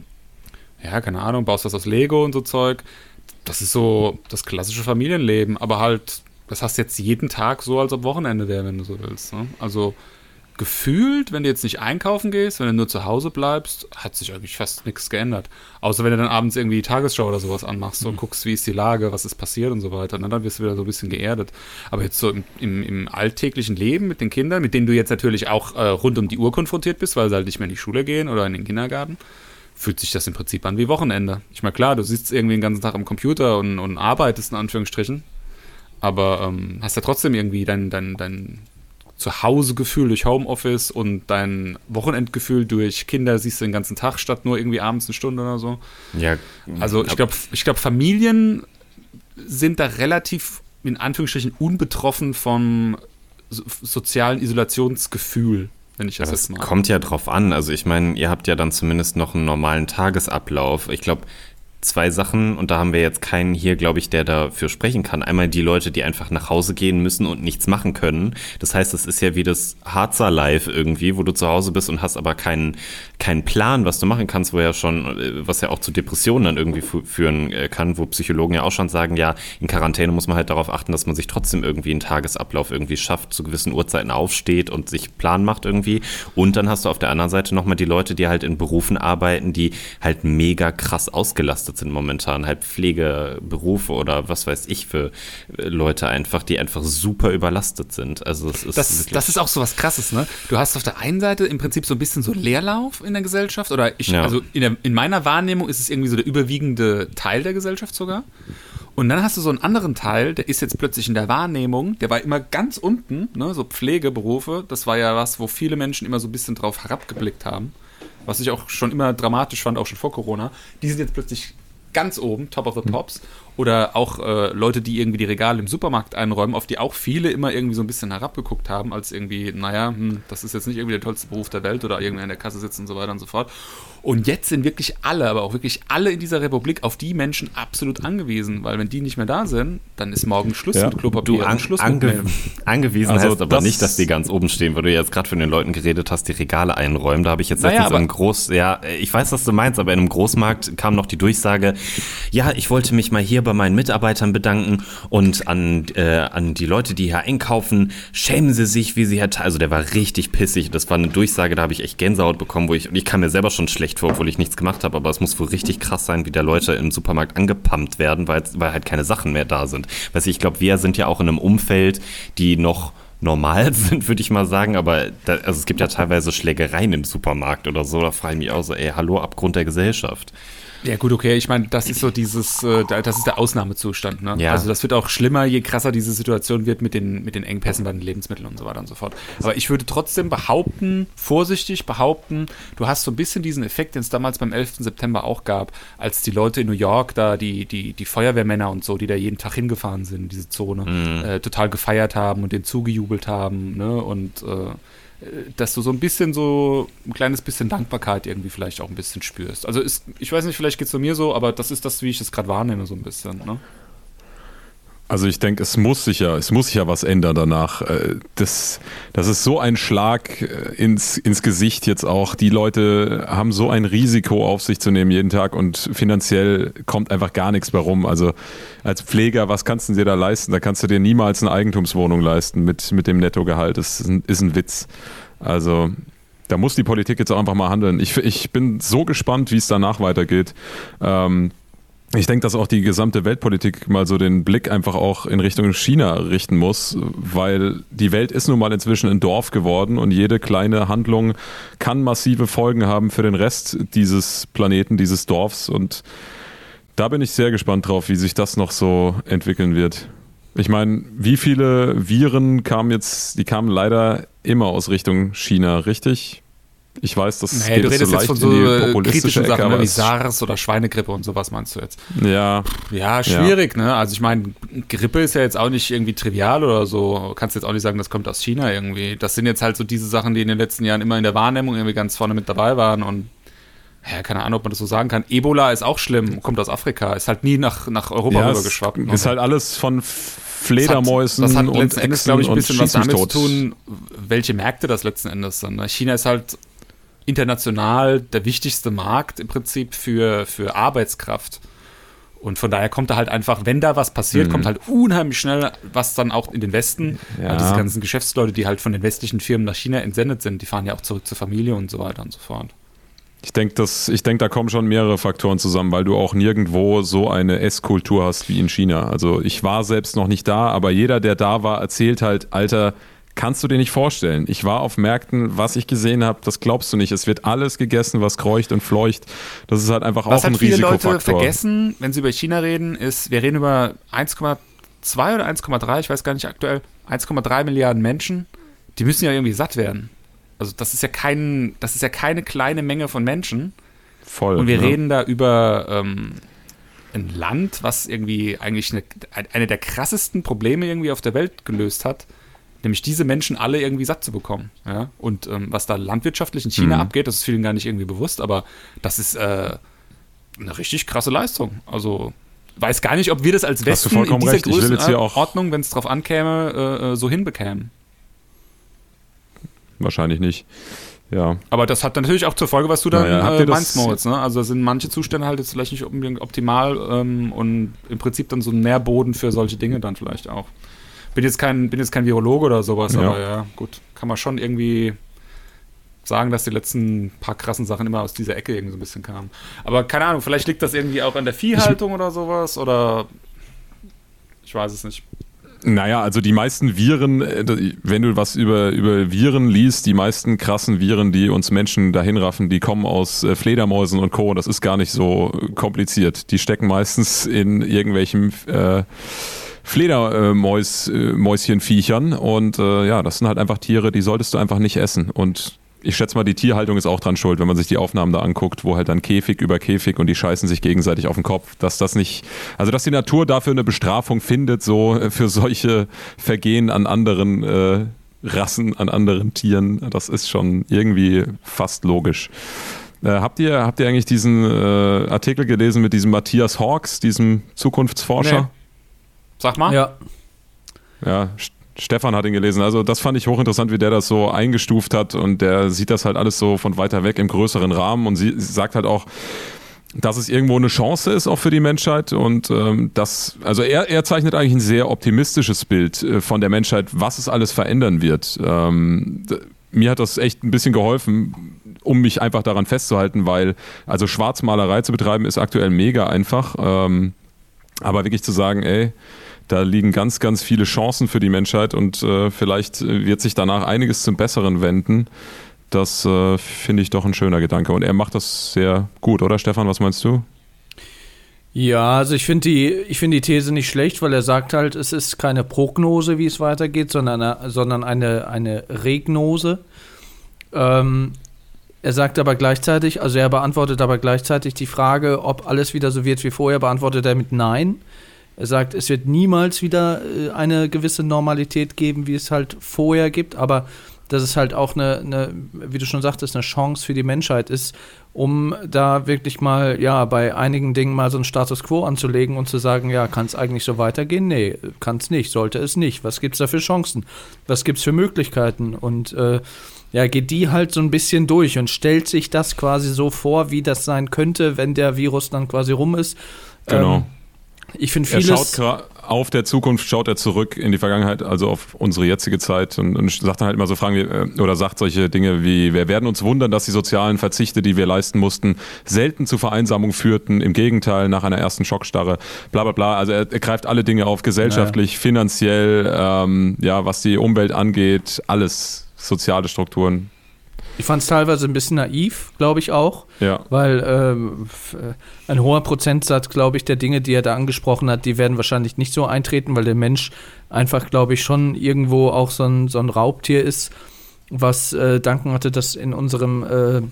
ja, keine Ahnung, baust was aus Lego und so Zeug. Das ist so das klassische Familienleben, aber halt, das hast du jetzt jeden Tag so, als ob Wochenende wäre, wenn du so willst. Ne? Also gefühlt, wenn du jetzt nicht einkaufen gehst, wenn du nur zu Hause bleibst, hat sich eigentlich fast nichts geändert. Außer wenn du dann abends irgendwie die Tagesschau oder sowas anmachst und guckst, wie ist die Lage, was ist passiert und so weiter. Und dann wirst du wieder so ein bisschen geerdet. Aber jetzt so im alltäglichen Leben mit den Kindern, mit denen du jetzt natürlich auch rund um die Uhr konfrontiert bist, weil sie halt nicht mehr in die Schule gehen oder in den Kindergarten, fühlt sich das im Prinzip an wie Wochenende. Ich meine, klar, du sitzt irgendwie den ganzen Tag am Computer und arbeitest in Anführungsstrichen, aber hast ja trotzdem irgendwie dein Zuhausegefühl durch Homeoffice und dein Wochenendgefühl durch Kinder siehst du den ganzen Tag statt nur irgendwie abends eine Stunde oder so. Ja. Also ich glaube, Familien sind da relativ in Anführungsstrichen unbetroffen vom sozialen Isolationsgefühl, wenn ich das jetzt mal. Das kommt ja drauf an. Also ich meine, ihr habt ja dann zumindest noch einen normalen Tagesablauf. Ich glaube, 2 Sachen, und da haben wir jetzt keinen hier, glaube ich, der dafür sprechen kann. Einmal die Leute, die einfach nach Hause gehen müssen und nichts machen können. Das heißt, das ist ja wie das Harzer Life irgendwie, wo du zu Hause bist und hast aber keinen Plan, was du machen kannst, was ja auch zu Depressionen dann irgendwie führen kann, wo Psychologen ja auch schon sagen, ja, in Quarantäne muss man halt darauf achten, dass man sich trotzdem irgendwie einen Tagesablauf irgendwie schafft, zu gewissen Uhrzeiten aufsteht und sich Plan macht irgendwie. Und dann hast du auf der anderen Seite nochmal die Leute, die halt in Berufen arbeiten, die halt mega krass ausgelastet sind momentan, halt Pflegeberufe oder was weiß ich für Leute einfach, die einfach super überlastet sind. Also das ist auch so was Krasses, ne? Du hast auf der einen Seite im Prinzip so ein bisschen so Leerlauf in der Gesellschaft also in meiner Wahrnehmung ist es irgendwie so der überwiegende Teil der Gesellschaft sogar. Und dann hast du so einen anderen Teil, der ist jetzt plötzlich in der Wahrnehmung, der war immer ganz unten, ne? So Pflegeberufe, das war ja was, wo viele Menschen immer so ein bisschen drauf herabgeblickt haben. Was ich auch schon immer dramatisch fand, auch schon vor Corona, die sind jetzt plötzlich ganz oben, top of the pops. Oder auch Leute, die irgendwie die Regale im Supermarkt einräumen, auf die auch viele immer irgendwie so ein bisschen herabgeguckt haben, als irgendwie, das ist jetzt nicht irgendwie der tollste Beruf der Welt oder irgendwie an der Kasse sitzen und so weiter und so fort. Und jetzt sind wirklich alle, aber auch wirklich alle in dieser Republik auf die Menschen absolut angewiesen, weil wenn die nicht mehr da sind, dann ist morgen Schluss mit Klopapier und Schluss mit Mehl. Angewiesen also heißt aber nicht, dass die ganz oben stehen, weil du jetzt gerade von den Leuten geredet hast, die Regale einräumen. Da habe ich jetzt letztens ich weiß, was du meinst, aber in einem Großmarkt kam noch die Durchsage, ja, ich wollte mich mal hier bei meinen Mitarbeitern bedanken und an die Leute, die hier einkaufen, schämen sie sich, wie sie also der war richtig pissig. Das war eine Durchsage, da habe ich echt Gänsehaut bekommen, und ich kam mir selber schon schlecht vor, obwohl ich nichts gemacht habe, aber es muss wohl richtig krass sein, wie da Leute im Supermarkt angepumpt werden, weil halt keine Sachen mehr da sind. Ich glaube, wir sind ja auch in einem Umfeld, die noch normal sind, würde ich mal sagen, aber es gibt ja teilweise Schlägereien im Supermarkt oder so, da frage ich mich auch so, hallo, Abgrund der Gesellschaft. Ja gut, okay, ich meine, das ist so das ist der Ausnahmezustand, ne? Ja. Also das wird auch schlimmer, je krasser diese Situation wird mit den Engpässen bei den Lebensmitteln und so weiter und so fort. Aber ich würde trotzdem vorsichtig behaupten, du hast so ein bisschen diesen Effekt, den es damals beim 11. September auch gab, als die Leute in New York da, die Feuerwehrmänner und so, die da jeden Tag hingefahren sind in diese Zone, total gefeiert haben und denen zugejubelt haben, ne? Und dass du so ein bisschen so ein kleines bisschen Dankbarkeit irgendwie vielleicht auch ein bisschen spürst. Also ich weiß nicht, vielleicht geht es mir so, aber das ist das, wie ich es gerade wahrnehme, so ein bisschen, ne? Also ich denke, es muss sich ja was ändern danach. Das ist so ein Schlag ins Gesicht jetzt auch. Die Leute haben so ein Risiko auf sich zu nehmen jeden Tag und finanziell kommt einfach gar nichts mehr rum. Also als Pfleger, was kannst du dir da leisten? Da kannst du dir niemals eine Eigentumswohnung leisten mit dem Nettogehalt. Das ist ein Witz. Also da muss die Politik jetzt auch einfach mal handeln. Ich bin so gespannt, wie es danach weitergeht. Ich denke, dass auch die gesamte Weltpolitik mal so den Blick einfach auch in Richtung China richten muss, weil die Welt ist nun mal inzwischen ein Dorf geworden und jede kleine Handlung kann massive Folgen haben für den Rest dieses Planeten, dieses Dorfs, und da bin ich sehr gespannt drauf, wie sich das noch so entwickeln wird. Ich meine, wie viele Viren kamen leider immer aus Richtung China, richtig? Ich weiß, das Nee, geht du redest so jetzt von leicht so in die populistische kritischen Ecke, Sachen aber wie es- SARS oder Schweinegrippe und sowas meinst du jetzt? Ja, Ja, schwierig, ne? Also ich meine, Grippe ist ja jetzt auch nicht irgendwie trivial oder so. Kannst jetzt auch nicht sagen, das kommt aus China irgendwie. Das sind jetzt halt so diese Sachen, die in den letzten Jahren immer in der Wahrnehmung irgendwie ganz vorne mit dabei waren und ja, keine Ahnung, ob man das so sagen kann. Ebola ist auch schlimm, kommt aus Afrika, ist halt nie nach Europa ja, rüber es geschwappt. ist halt alles von Fledermäusen das hat und letzten Endes, Echsen glaube ich, ein und bisschen was schieß mich damit tot. zu tun, welche Märkte das letzten Endes sind. China ist halt international der wichtigste Markt im Prinzip für Arbeitskraft. Und von daher kommt da halt einfach, wenn da was passiert, kommt halt unheimlich schnell was dann auch in den Westen. Ja. Weil diese ganzen Geschäftsleute, die halt von den westlichen Firmen nach China entsendet sind, die fahren ja auch zurück zur Familie und so weiter und so fort. Ich denke, da kommen schon mehrere Faktoren zusammen, weil du auch nirgendwo so eine Esskultur hast wie in China. Also ich war selbst noch nicht da, aber jeder, der da war, erzählt halt, Alter, kannst du dir nicht vorstellen. Ich war auf Märkten, was ich gesehen habe, das glaubst du nicht. Es wird alles gegessen, was kreucht und fleucht. Das ist halt einfach Was auch ein halt viele Risikofaktor. Leute vergessen, wenn sie über China reden, ist, wir reden über 1,2 oder 1,3, ich weiß gar nicht aktuell, 1,3 Milliarden Menschen, die müssen ja irgendwie satt werden. Also das ist ja keine kleine Menge von Menschen. Voll. Und wir ne? reden da über ein Land, was irgendwie eigentlich eine der krassesten Probleme irgendwie auf der Welt gelöst hat, nämlich diese Menschen alle irgendwie satt zu bekommen. Ja? Und was da landwirtschaftlich in China abgeht, das ist vielen gar nicht irgendwie bewusst, aber das ist eine richtig krasse Leistung. Also weiß gar nicht, ob wir das als Hast du Westen in vollkommen dieser recht. Ich will jetzt hier auch- Größenordnung, wenn es drauf ankäme, so hinbekämen. Wahrscheinlich nicht. Ja. Aber das hat natürlich auch zur Folge, was du dann Naja, habt ihr das- meinst, Moritz. Ne? Also sind manche Zustände halt jetzt vielleicht nicht unbedingt optimal und im Prinzip dann so ein Nährboden für solche Dinge dann vielleicht auch. Bin jetzt kein Virologe oder sowas, Ja. aber ja, gut. Kann man schon irgendwie sagen, dass die letzten paar krassen Sachen immer aus dieser Ecke irgendwie so ein bisschen kamen. Aber keine Ahnung, vielleicht liegt das irgendwie auch an der Viehhaltung oder sowas oder ich weiß es nicht. Naja, also die meisten Viren, wenn du was über Viren liest, die meisten krassen Viren, die uns Menschen dahin raffen, die kommen aus Fledermäusen und Co. Das ist gar nicht so kompliziert. Die stecken meistens in irgendwelchen Fledermäuschenviechern und ja, das sind halt einfach Tiere, die solltest du einfach nicht essen. Und ich schätze mal, die Tierhaltung ist auch dran schuld, wenn man sich die Aufnahmen da anguckt, wo halt dann Käfig über Käfig und die scheißen sich gegenseitig auf den Kopf, dass das nicht, also dass die Natur dafür eine Bestrafung findet, so für solche Vergehen an anderen Rassen, an anderen Tieren, das ist schon irgendwie fast logisch. Habt ihr eigentlich diesen Artikel gelesen mit diesem Matthias Hawkes, diesem Zukunftsforscher? Nee. Sag mal. Ja. Ja, Stefan hat ihn gelesen. Also das fand ich hochinteressant, wie der das so eingestuft hat und der sieht das halt alles so von weiter weg im größeren Rahmen und sie sagt halt auch, dass es irgendwo eine Chance ist auch für die Menschheit und also er zeichnet eigentlich ein sehr optimistisches Bild von der Menschheit, was es alles verändern wird. Mir hat das echt ein bisschen geholfen, um mich einfach daran festzuhalten, weil also Schwarzmalerei zu betreiben ist aktuell mega einfach, aber wirklich zu sagen, ey, da liegen ganz, ganz viele Chancen für die Menschheit und vielleicht wird sich danach einiges zum Besseren wenden. Das finde ich doch ein schöner Gedanke. Und er macht das sehr gut, oder Stefan? Was meinst du? Ja, also ich finde die These nicht schlecht, weil er sagt halt, es ist keine Prognose, wie es weitergeht, sondern eine Regnose. Er sagt aber gleichzeitig, also er beantwortet aber gleichzeitig die Frage, ob alles wieder so wird wie vorher, beantwortet er mit Nein. Er sagt, es wird niemals wieder eine gewisse Normalität geben, wie es halt vorher gibt, aber dass es halt auch eine, wie du schon sagtest, eine Chance für die Menschheit ist, um da wirklich mal, ja, bei einigen Dingen mal so einen Status Quo anzulegen und zu sagen, ja, kann es eigentlich so weitergehen? Nee, kann es nicht, sollte es nicht. Was gibt es da für Chancen? Was gibt es für Möglichkeiten? Und ja, geht die halt so ein bisschen durch und stellt sich das quasi so vor, wie das sein könnte, wenn der Virus dann quasi rum ist. Genau. Ich finde Er vieles. schaut auf der Zukunft, schaut er zurück in die Vergangenheit, also auf unsere jetzige Zeit und sagt dann halt immer so Fragen wie, oder sagt solche Dinge wie, wir werden uns wundern, dass die sozialen Verzichte, die wir leisten mussten, selten zu Vereinsamung führten, im Gegenteil, nach einer ersten Schockstarre, bla bla bla. Also er greift alle Dinge auf, gesellschaftlich, finanziell, ja, was die Umwelt angeht, alles, soziale Strukturen. Ich fand es teilweise ein bisschen naiv, glaube ich auch, Ja. weil ein hoher Prozentsatz, glaube ich, der Dinge, die er da angesprochen hat, die werden wahrscheinlich nicht so eintreten, weil der Mensch einfach, glaube ich, schon irgendwo auch so ein Raubtier ist was Duncan hatte das in unserem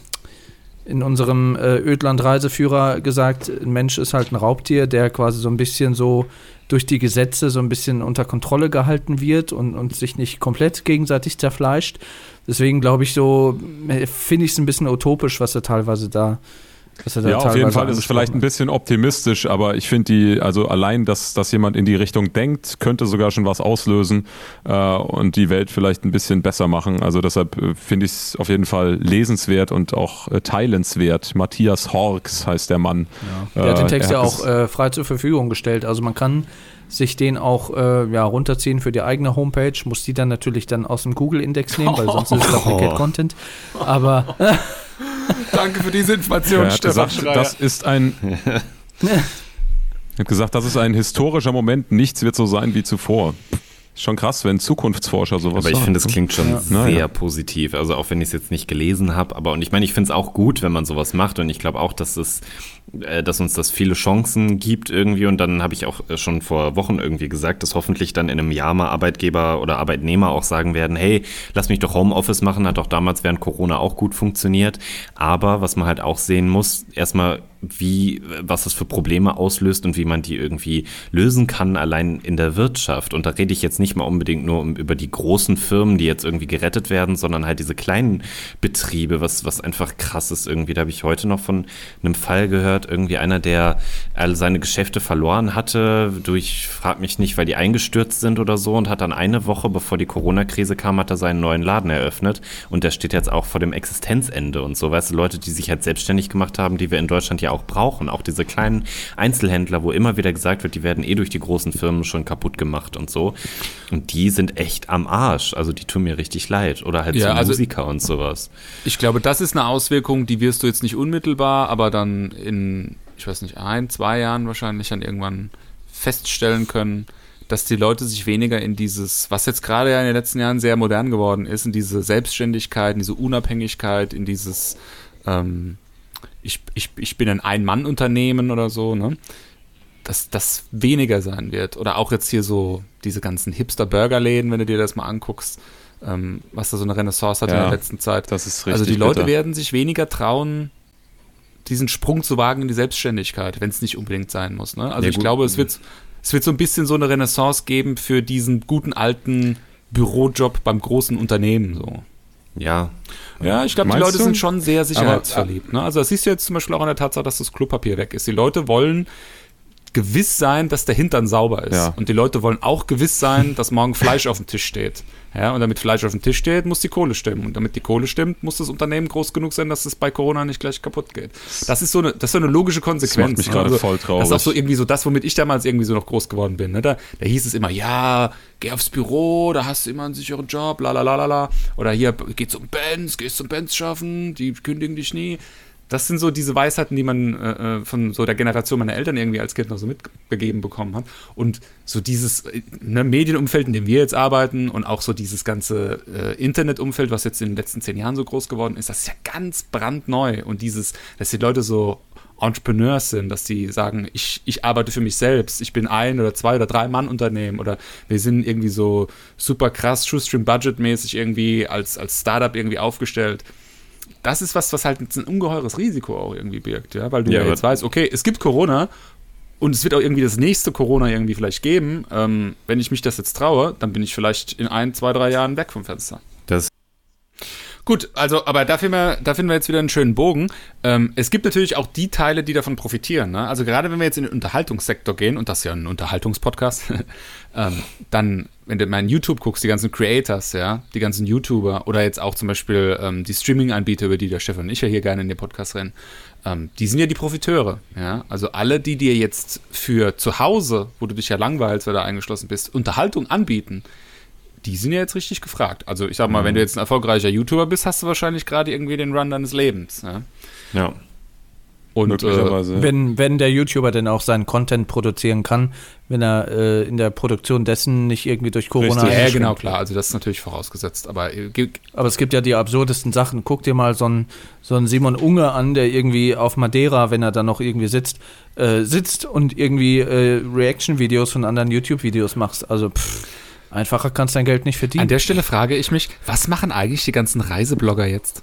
Ödland-Reiseführer gesagt, ein Mensch ist halt ein Raubtier, der quasi so ein bisschen so durch die Gesetze so ein bisschen unter Kontrolle gehalten wird und sich nicht komplett gegenseitig zerfleischt. Deswegen glaube ich finde ich es ein bisschen utopisch, was er teilweise da Ja, auf jeden Fall ist es vielleicht ein bisschen optimistisch, aber ich finde also allein, dass jemand in die Richtung denkt, könnte sogar schon was auslösen und die Welt vielleicht ein bisschen besser machen. Also deshalb finde ich es auf jeden Fall lesenswert und auch teilenswert. Matthias Horks heißt der Mann. Ja. Der hat den Text ja auch frei zur Verfügung gestellt. Also man kann sich den auch runterziehen für die eigene Homepage, muss die dann natürlich dann aus dem Google-Index nehmen, weil sonst ist es Duplicate Content. Aber danke für diese Information, er hat Stefan gesagt, Schreier. Er hat gesagt, das ist ein historischer Moment, nichts wird so sein wie zuvor. Ist schon krass, wenn Zukunftsforscher sowas sagen. Aber ich finde, es klingt schon sehr positiv. Also auch wenn ich es jetzt nicht gelesen habe, und ich meine, ich finde es auch gut, wenn man sowas macht und ich glaube auch, dass uns das viele Chancen gibt irgendwie und dann habe ich auch schon vor Wochen irgendwie gesagt, dass hoffentlich dann in einem Jahr mal Arbeitgeber oder Arbeitnehmer auch sagen werden, hey, lass mich doch Homeoffice machen, hat doch damals während Corona auch gut funktioniert, aber was man halt auch sehen muss, erstmal was das für Probleme auslöst und wie man die irgendwie lösen kann, allein in der Wirtschaft. Und da rede ich jetzt nicht mal unbedingt nur über die großen Firmen, die jetzt irgendwie gerettet werden, sondern halt diese kleinen Betriebe, was einfach krass ist irgendwie. Da habe ich heute noch von einem Fall gehört, irgendwie einer, der all seine Geschäfte verloren hatte frag mich nicht, weil die eingestürzt sind oder so und hat dann eine Woche, bevor die Corona-Krise kam, hat er seinen neuen Laden eröffnet und der steht jetzt auch vor dem Existenzende und so, weißt du, Leute, die sich halt selbstständig gemacht haben, die wir in Deutschland ja auch brauchen, auch diese kleinen Einzelhändler, wo immer wieder gesagt wird, die werden durch die großen Firmen schon kaputt gemacht und so und die sind echt am Arsch, also die tun mir richtig leid oder halt Musiker und sowas. Ich glaube, das ist eine Auswirkung, die wirst du jetzt nicht unmittelbar, aber dann in, ich weiß nicht, 1-2 Jahren wahrscheinlich dann irgendwann feststellen können, dass die Leute sich weniger in dieses, was jetzt gerade ja in den letzten Jahren sehr modern geworden ist, in diese Selbstständigkeit, in diese Unabhängigkeit, in dieses ich bin ein Ein-Mann-Unternehmen oder so, ne? Dass das weniger sein wird. Oder auch jetzt hier so diese ganzen Hipster-Burger-Läden, wenn du dir das mal anguckst, was da so eine Renaissance hat in der letzten Zeit. Das ist richtig. Also die Leute werden sich weniger trauen, diesen Sprung zu wagen in die Selbstständigkeit, wenn es nicht unbedingt sein muss. Ne? Also ich glaube, es wird so ein bisschen so eine Renaissance geben für diesen guten alten Bürojob beim großen Unternehmen. So. Ja. Ja, ich glaube, die Leute sind schon sehr sicherheitsverliebt. Ne? Also das siehst du jetzt zum Beispiel auch an der Tatsache, dass das Klopapier weg ist. Die Leute wollen gewiss sein, dass der Hintern sauber ist. Ja. Und die Leute wollen auch gewiss sein, dass morgen Fleisch auf dem Tisch steht. Ja, und damit Fleisch auf dem Tisch steht, muss die Kohle stimmen. Und damit die Kohle stimmt, muss das Unternehmen groß genug sein, dass es bei Corona nicht gleich kaputt geht. Das ist so eine logische Konsequenz. Das macht mich gerade voll traurig. Das ist auch so irgendwie so das, womit ich damals irgendwie so noch groß geworden bin. Ne? Da hieß es immer, ja, geh aufs Büro, da hast du immer einen sicheren Job, la. Oder hier, gehst zum Benz schaffen, die kündigen dich nie. Das sind so diese Weisheiten, die man von so der Generation meiner Eltern irgendwie als Kind noch so mitgegeben bekommen hat. Und so dieses Medienumfeld, in dem wir jetzt arbeiten und auch so dieses ganze Internetumfeld, was jetzt in den letzten 10 Jahren so groß geworden ist, das ist ja ganz brandneu. Und dass die Leute so Entrepreneurs sind, dass die sagen, ich arbeite für mich selbst, ich bin 1 oder 2 oder 3 Mann Unternehmen oder wir sind irgendwie so super krass Shoestring-Budget-mäßig irgendwie als Startup irgendwie aufgestellt. Das ist was halt ein ungeheures Risiko auch irgendwie birgt, ja, weil du ja jetzt weißt, okay, es gibt Corona und es wird auch irgendwie das nächste Corona irgendwie vielleicht geben. Wenn ich mich das jetzt traue, dann bin ich vielleicht in 1, 2, 3 Jahren weg vom Fenster. Gut, also, aber da finden wir jetzt wieder einen schönen Bogen. Es gibt natürlich auch die Teile, die davon profitieren. Ne? Also gerade wenn wir jetzt in den Unterhaltungssektor gehen, und das ist ja ein Unterhaltungspodcast, dann, wenn du mal in YouTube guckst, die ganzen Creators, ja, die ganzen YouTuber oder jetzt auch zum Beispiel die Streaming-Anbieter, über die der Stefan und ich ja hier gerne in den Podcast rennen, die sind ja die Profiteure. Ja? Also alle, die dir jetzt für zu Hause, wo du dich ja langweilst, weil du eingeschlossen bist, Unterhaltung anbieten, die sind ja jetzt richtig gefragt. Also ich sag mal, wenn du jetzt ein erfolgreicher YouTuber bist, hast du wahrscheinlich gerade irgendwie den Run deines Lebens. Ja. Und wenn der YouTuber denn auch seinen Content produzieren kann, wenn er in der Produktion dessen nicht irgendwie durch Corona... Ja, genau, klar. Also das ist natürlich vorausgesetzt. Aber es gibt ja die absurdesten Sachen. Guck dir mal so einen Simon Unge an, der irgendwie auf Madeira, wenn er da noch irgendwie sitzt und irgendwie Reaction-Videos von anderen YouTube-Videos macht. Also Einfacher kannst du dein Geld nicht verdienen. An der Stelle frage ich mich, was machen eigentlich die ganzen Reiseblogger jetzt?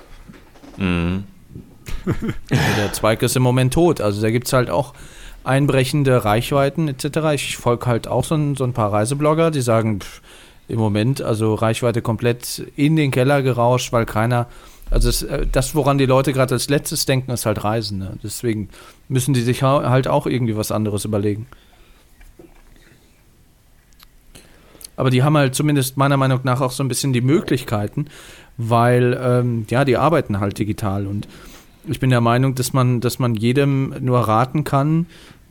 Der Zweig ist im Moment tot. Also da gibt es halt auch einbrechende Reichweiten etc. Ich folge halt auch so ein paar Reiseblogger, die sagen, im Moment, also Reichweite komplett in den Keller gerauscht, weil keiner, also das, woran die Leute gerade als letztes denken, ist halt Reisen. Ne? Deswegen müssen die sich halt auch irgendwie was anderes überlegen. Aber die haben halt zumindest meiner Meinung nach auch so ein bisschen die Möglichkeiten, weil, die arbeiten halt digital und ich bin der Meinung, dass man jedem nur raten kann,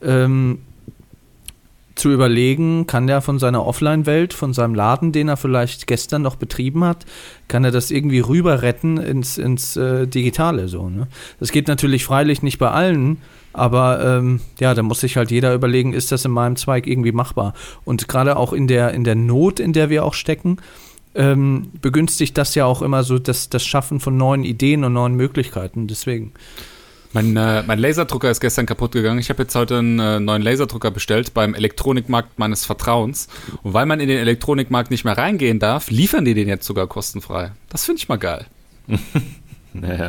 zu überlegen, kann der von seiner Offline-Welt, von seinem Laden, den er vielleicht gestern noch betrieben hat, kann er das irgendwie rüber retten ins Digitale so, ne? Das geht natürlich freilich nicht bei allen, aber da muss sich halt jeder überlegen, ist das in meinem Zweig irgendwie machbar? Und gerade auch in der Not, in der wir auch stecken, begünstigt das ja auch immer so das Schaffen von neuen Ideen und neuen Möglichkeiten. Deswegen. Mein Laserdrucker ist gestern kaputt gegangen. Ich habe jetzt heute einen neuen Laserdrucker bestellt beim Elektronikmarkt meines Vertrauens. Und weil man in den Elektronikmarkt nicht mehr reingehen darf, liefern die den jetzt sogar kostenfrei. Das finde ich mal geil. Naja.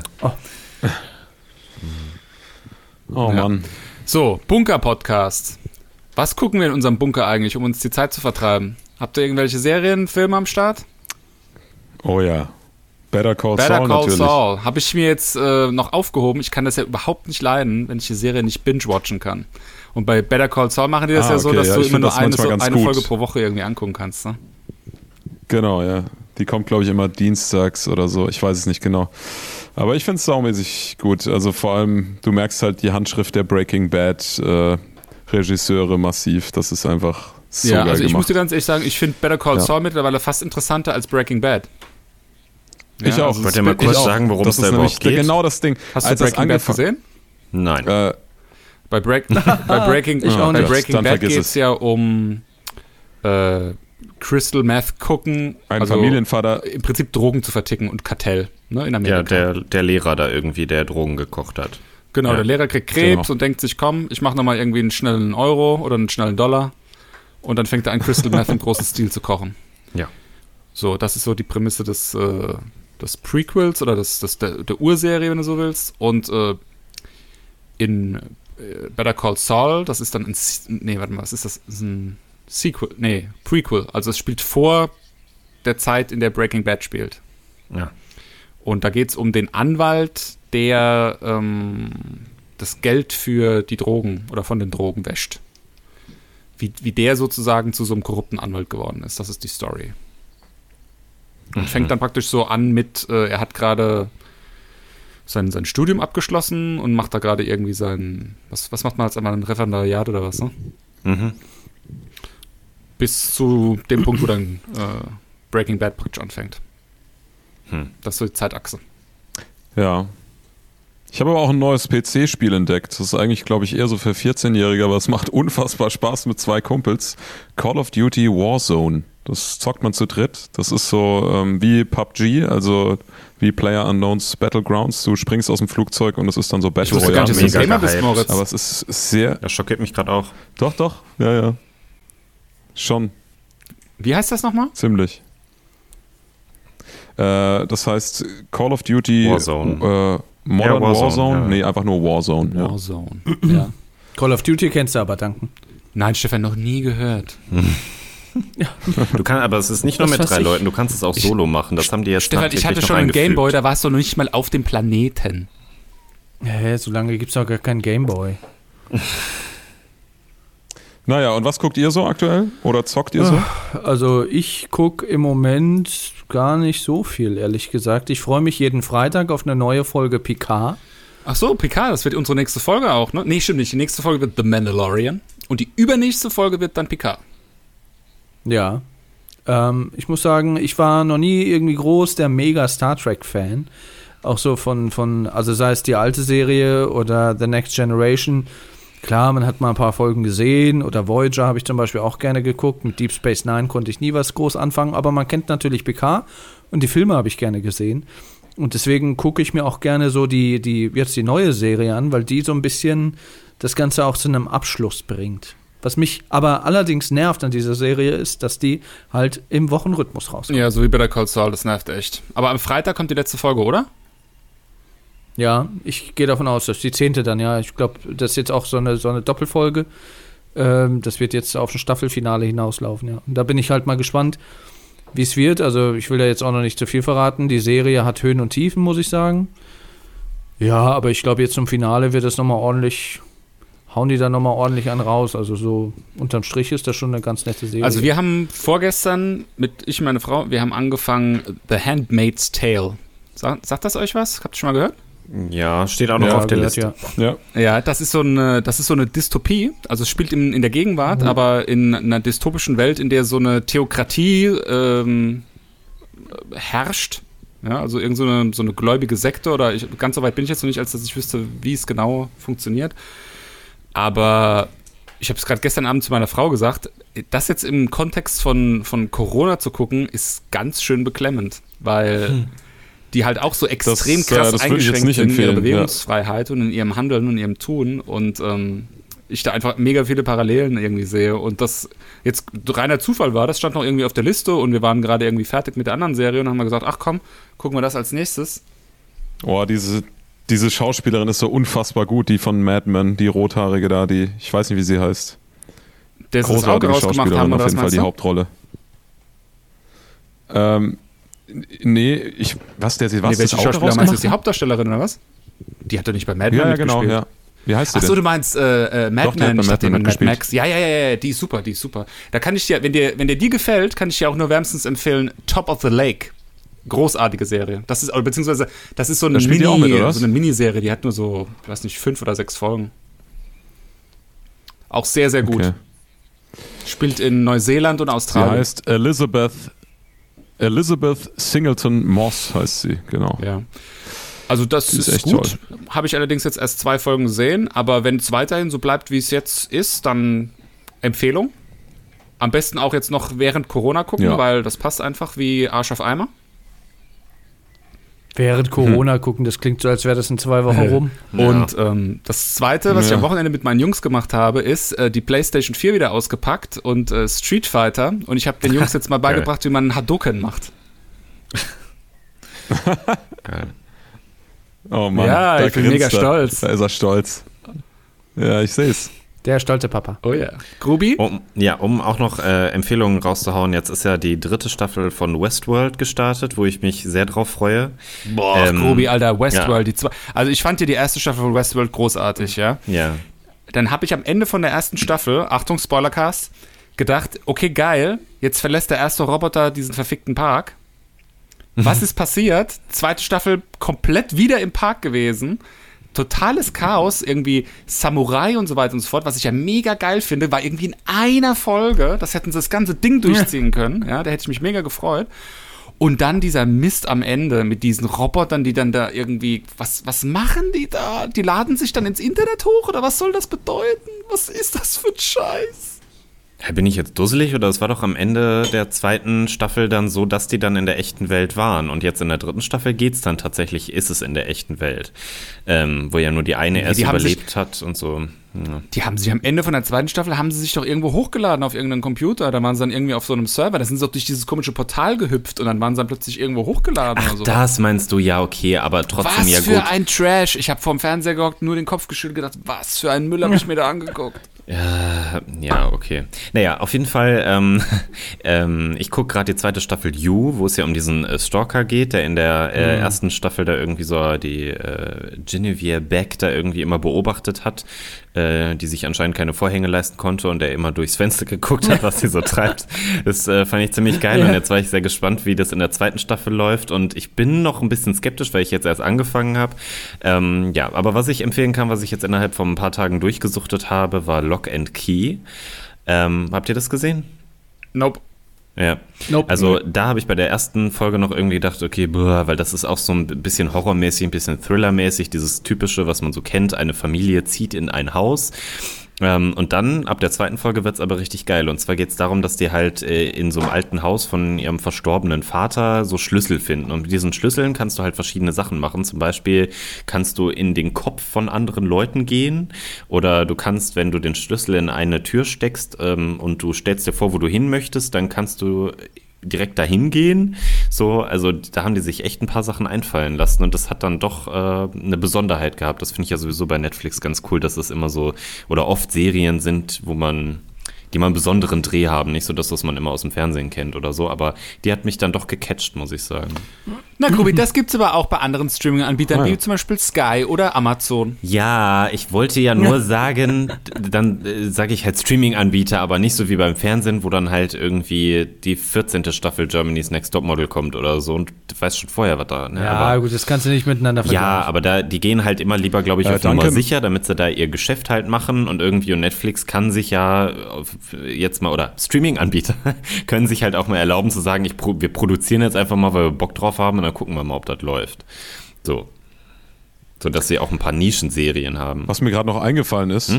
Oh Ja. Mann. So, Bunker-Podcast. Was gucken wir in unserem Bunker eigentlich, um uns die Zeit zu vertreiben? Habt ihr irgendwelche Serien, Filme am Start? Oh ja. Better Call Better Saul Call natürlich. Saul. Habe ich mir jetzt noch aufgehoben. Ich kann das ja überhaupt nicht leiden, wenn ich die Serie nicht binge-watchen kann. Und bei Better Call Saul machen die das ja so, okay, dass ja, du ich immer find nur das manchmal ganz eine gut. Folge pro Woche irgendwie angucken kannst. Ne? Genau, ja. Die kommt, glaube ich, immer dienstags oder so. Ich weiß es nicht genau. Aber ich finde es saumäßig gut. Also vor allem, du merkst halt die Handschrift der Breaking Bad Regisseure massiv. Das ist einfach so geil also ich gemacht. muss dir ganz ehrlich sagen, ich finde Better Call Saul mittlerweile fast interessanter als Breaking Bad. Ich auch. Wollt ihr mal kurz sagen, worum es da überhaupt geht? Genau das Ding. Hast du Als das Breaking Bad gesehen? Nein. Bei Breaking Ich auch nicht. Breaking Dann Bad vergiss geht es. es ja um Crystal Meth gucken. Ein Familienvater. Im Prinzip Drogen zu verticken und Kartell, ne, in Amerika. Ja, der Lehrer da irgendwie, der Drogen gekocht hat. Genau, Ja. der Lehrer kriegt Krebs Genau. und denkt sich, komm, ich mache nochmal irgendwie einen schnellen Euro oder einen schnellen Dollar. Und dann fängt er an, Crystal Meth im großen Stil zu kochen. Ja. So, das ist so die Prämisse des Prequels oder der Urserie, wenn du so willst. Und in Better Call Saul, das ist dann was ist das? Das ist ein Prequel. Also es spielt vor der Zeit, in der Breaking Bad spielt. Ja. Und da geht es um den Anwalt, der das Geld für die Drogen oder von den Drogen wäscht. Wie der sozusagen zu so einem korrupten Anwalt geworden ist. Das ist die Story. Und fängt dann praktisch so an mit, er hat gerade sein Studium abgeschlossen und macht da gerade irgendwie was macht man jetzt einmal, ein Referendariat oder was, ne? Mhm. Bis zu dem Punkt, wo dann Breaking Bad praktisch anfängt. Das ist so die Zeitachse. Ja. Ich habe aber auch ein neues PC-Spiel entdeckt. Das ist eigentlich, glaube ich, eher so für 14-Jährige, aber es macht unfassbar Spaß mit 2 Kumpels. Call of Duty Warzone. Das zockt man zu dritt. Das ist so wie PUBG, also wie PlayerUnknown's Battlegrounds. Du springst aus dem Flugzeug und es ist dann so Battle Ich wusste gar nicht, dass du ein Royale. Gamer bist, gehypt. Moritz. Aber es ist sehr... Das schockiert mich gerade auch. Doch. Ja. Schon. Wie heißt das nochmal? Ziemlich. Das heißt Call of Duty Warzone. Modern Ja, Warzone, Warzone? ja. Nee, einfach nur Warzone. Ja. Warzone. Ja. Call of Duty kennst du aber, danken. Nein, Stefan, noch nie gehört. Du kannst, aber es ist nicht nur Das mit weiß 3 ich. Leuten, du kannst es auch solo machen. Das haben die jetzt Stefan, ich nachträglich hatte noch schon einen eingefügt. Gameboy, da warst du noch nicht mal auf dem Planeten. So lange gibt es doch gar keinen Gameboy. Naja, und was guckt ihr so aktuell? Oder zockt ihr so? Also ich gucke im Moment gar nicht so viel, ehrlich gesagt. Ich freue mich jeden Freitag auf eine neue Folge Picard. Ach so, Picard, das wird unsere nächste Folge auch, ne? Nee, stimmt nicht. Die nächste Folge wird The Mandalorian. Und die übernächste Folge wird dann Picard. Ja. Ich muss sagen, ich war noch nie irgendwie groß der mega Star Trek-Fan. Auch so also sei es die alte Serie oder The Next Generation. Klar, man hat mal ein paar Folgen gesehen oder Voyager habe ich zum Beispiel auch gerne geguckt. Mit Deep Space Nine konnte ich nie was groß anfangen, aber man kennt natürlich Picard und die Filme habe ich gerne gesehen. Und deswegen gucke ich mir auch gerne so jetzt die neue Serie an, weil die so ein bisschen das Ganze auch zu einem Abschluss bringt. Was mich aber allerdings nervt an dieser Serie ist, dass die halt im Wochenrhythmus rauskommt. Ja, so wie bei der Cold Saul, das nervt echt. Aber am Freitag kommt die letzte Folge, oder? Ja, ich gehe davon aus, dass die 10. dann, ja. Ich glaube, das ist jetzt auch so eine Doppelfolge. Das wird jetzt auf ein Staffelfinale hinauslaufen, ja. Und da bin ich halt mal gespannt, wie es wird. Also ich will da jetzt auch noch nicht zu viel verraten. Die Serie hat Höhen und Tiefen, muss ich sagen. Ja, aber ich glaube, jetzt zum Finale wird das nochmal ordentlich... Hauen die da nochmal ordentlich an raus. Also so unterm Strich ist das schon eine ganz nette Serie. Also wir haben vorgestern ich und meine Frau, wir haben angefangen The Handmaid's Tale. Sagt das euch was? Habt ihr schon mal gehört? Ja, steht auch noch auf der Liste. Ja, das ist so eine Dystopie. Also es spielt in der Gegenwart, aber in einer dystopischen Welt, in der so eine Theokratie herrscht. Ja, also irgend so eine gläubige Sekte oder ganz so weit bin ich jetzt noch nicht, als dass ich wüsste, wie es genau funktioniert. Aber ich habe es gerade gestern Abend zu meiner Frau gesagt, das jetzt im Kontext von Corona zu gucken, ist ganz schön beklemmend, weil die halt auch so extrem krass eingeschränkt sind in ihrer Bewegungsfreiheit und in ihrem Handeln und ihrem Tun und ich da einfach mega viele Parallelen irgendwie sehe und das jetzt reiner Zufall war, das stand noch irgendwie auf der Liste und wir waren gerade irgendwie fertig mit der anderen Serie und haben gesagt, ach komm, gucken wir das als nächstes. Oh, diese Schauspielerin ist so unfassbar gut, die von Mad Men, die Rothaarige da, ich weiß nicht, wie sie heißt. Der das Auge rausgemacht haben, oder auf jeden Fall die Hauptrolle. Nee, was das Auge rausgemacht? Meinst du, ist die Hauptdarstellerin oder was? Die hat doch nicht bei Mad Men mitgespielt. Genau, ja. Wie heißt sie denn? Achso, du meinst Mad Men, ich dachte Mad Max. Ja, die ist super. Da kann ich dir, wenn dir die gefällt, kann ich dir auch nur wärmstens empfehlen, Top of the Lake. Großartige Serie. Das ist so eine Miniserie, die hat nur so, ich weiß nicht, 5 oder 6 Folgen. Auch sehr, sehr gut. Okay. Spielt in Neuseeland und Australien. Sie heißt Elizabeth Singleton Moss, heißt sie, genau. Ja. Also das ist gut. Habe ich allerdings jetzt erst 2 Folgen gesehen, aber wenn es weiterhin so bleibt, wie es jetzt ist, dann Empfehlung. Am besten auch jetzt noch während Corona gucken, weil das passt einfach wie Arsch auf Eimer. Während Corona gucken, das klingt so, als wäre das in 2 Wochen rum. Und das Zweite, was ich am Wochenende mit meinen Jungs gemacht habe, ist die PlayStation 4 wieder ausgepackt und Street Fighter. Und ich habe den Jungs jetzt mal beigebracht, wie man einen Hadouken macht. Oh Mann, ja, ich bin mega stolz. Da ist er stolz. Ja, ich sehe es. Der stolze Papa. Oh ja. Grubi? Um auch noch Empfehlungen rauszuhauen, jetzt ist ja die 3. Staffel von Westworld gestartet, wo ich mich sehr drauf freue. Boah, Grubi, Alter, Westworld. Ja. Also ich fand ja die erste Staffel von Westworld großartig, ja? Ja. Dann habe ich am Ende von der ersten Staffel, Achtung, Spoilercast, gedacht, okay, geil, jetzt verlässt der erste Roboter diesen verfickten Park. Was ist passiert? 2. Staffel komplett wieder im Park gewesen. Totales Chaos, irgendwie Samurai und so weiter und so fort, was ich ja mega geil finde, war irgendwie in einer Folge, das hätten sie das ganze Ding durchziehen können, ja, da hätte ich mich mega gefreut. Und dann dieser Mist am Ende mit diesen Robotern, die dann da irgendwie, was machen die da? Die laden sich dann ins Internet hoch oder was soll das bedeuten? Was ist das für ein Scheiß? Bin ich jetzt dusselig oder es war doch am Ende der 2. Staffel dann so, dass die dann in der echten Welt waren und jetzt in der 3. Staffel geht's dann tatsächlich, ist es in der echten Welt, wo ja nur die eine erst überlebt hat und so. Ja. Die haben sich am Ende von der 2. Staffel, haben sie sich doch irgendwo hochgeladen auf irgendeinem Computer, da waren sie dann irgendwie auf so einem Server, da sind sie doch durch dieses komische Portal gehüpft und dann waren sie dann plötzlich irgendwo hochgeladen oder so. Das meinst du, ja okay, aber trotzdem ja gut. Was für ein Trash, ich habe vorm Fernseher gehockt, nur den Kopf geschüttelt und gedacht, was für einen Müll habe ich mir da angeguckt. Ja, okay. Naja, auf jeden Fall, ich gucke gerade die 2. Staffel You, wo es ja um diesen Stalker geht, der in der 1. Staffel da irgendwie so die Genevieve Beck da irgendwie immer beobachtet hat, die sich anscheinend keine Vorhänge leisten konnte und der immer durchs Fenster geguckt hat, was sie so treibt. Das fand ich ziemlich geil und jetzt war ich sehr gespannt, wie das in der 2. Staffel läuft und ich bin noch ein bisschen skeptisch, weil ich jetzt erst angefangen habe. Aber was ich empfehlen kann, was ich jetzt innerhalb von ein paar Tagen durchgesuchtet habe, war Lock and Key. Habt ihr das gesehen? Nope. Ja, also da habe ich bei der ersten Folge noch irgendwie gedacht, okay, weil das ist auch so ein bisschen horrormäßig, ein bisschen thrillermäßig, dieses typische, was man so kennt, eine Familie zieht in ein Haus Und dann, ab der zweiten Folge wird's aber richtig geil. Und zwar geht's darum, dass die halt in so einem alten Haus von ihrem verstorbenen Vater so Schlüssel finden. Und mit diesen Schlüsseln kannst du halt verschiedene Sachen machen. Zum Beispiel kannst du in den Kopf von anderen Leuten gehen. Oder du kannst, wenn du den Schlüssel in eine Tür steckst und du stellst dir vor, wo du hin möchtest, dann kannst du direkt dahin gehen. So, also da haben die sich echt ein paar Sachen einfallen lassen und das hat dann doch eine Besonderheit gehabt. Das finde ich ja sowieso bei Netflix ganz cool, dass es immer so oder oft Serien sind, die mal einen besonderen Dreh haben. Nicht so das, was man immer aus dem Fernsehen kennt oder so, aber die hat mich dann doch gecatcht, muss ich sagen. Na, Grubi, das gibt's aber auch bei anderen Streaming-Anbietern, wie zum Beispiel Sky oder Amazon. Ja, ich wollte ja nur sagen, dann sage ich halt Streaming-Anbieter, aber nicht so wie beim Fernsehen, wo dann halt irgendwie die 14. Staffel Germany's Next Topmodel kommt oder so und du weißt schon vorher, was da. Ne? Ja, aber, gut, das kannst du nicht miteinander vergleichen. Ja, aber die gehen halt immer lieber, glaube ich, auf Nummer sicher, damit sie da ihr Geschäft halt machen und irgendwie und Netflix kann sich ja jetzt mal, oder Streaming-Anbieter können sich halt auch mal erlauben zu sagen, wir produzieren jetzt einfach mal, weil wir Bock drauf haben und dann gucken wir mal, ob das läuft. So, dass sie auch ein paar Nischenserien haben. Was mir gerade noch eingefallen ist,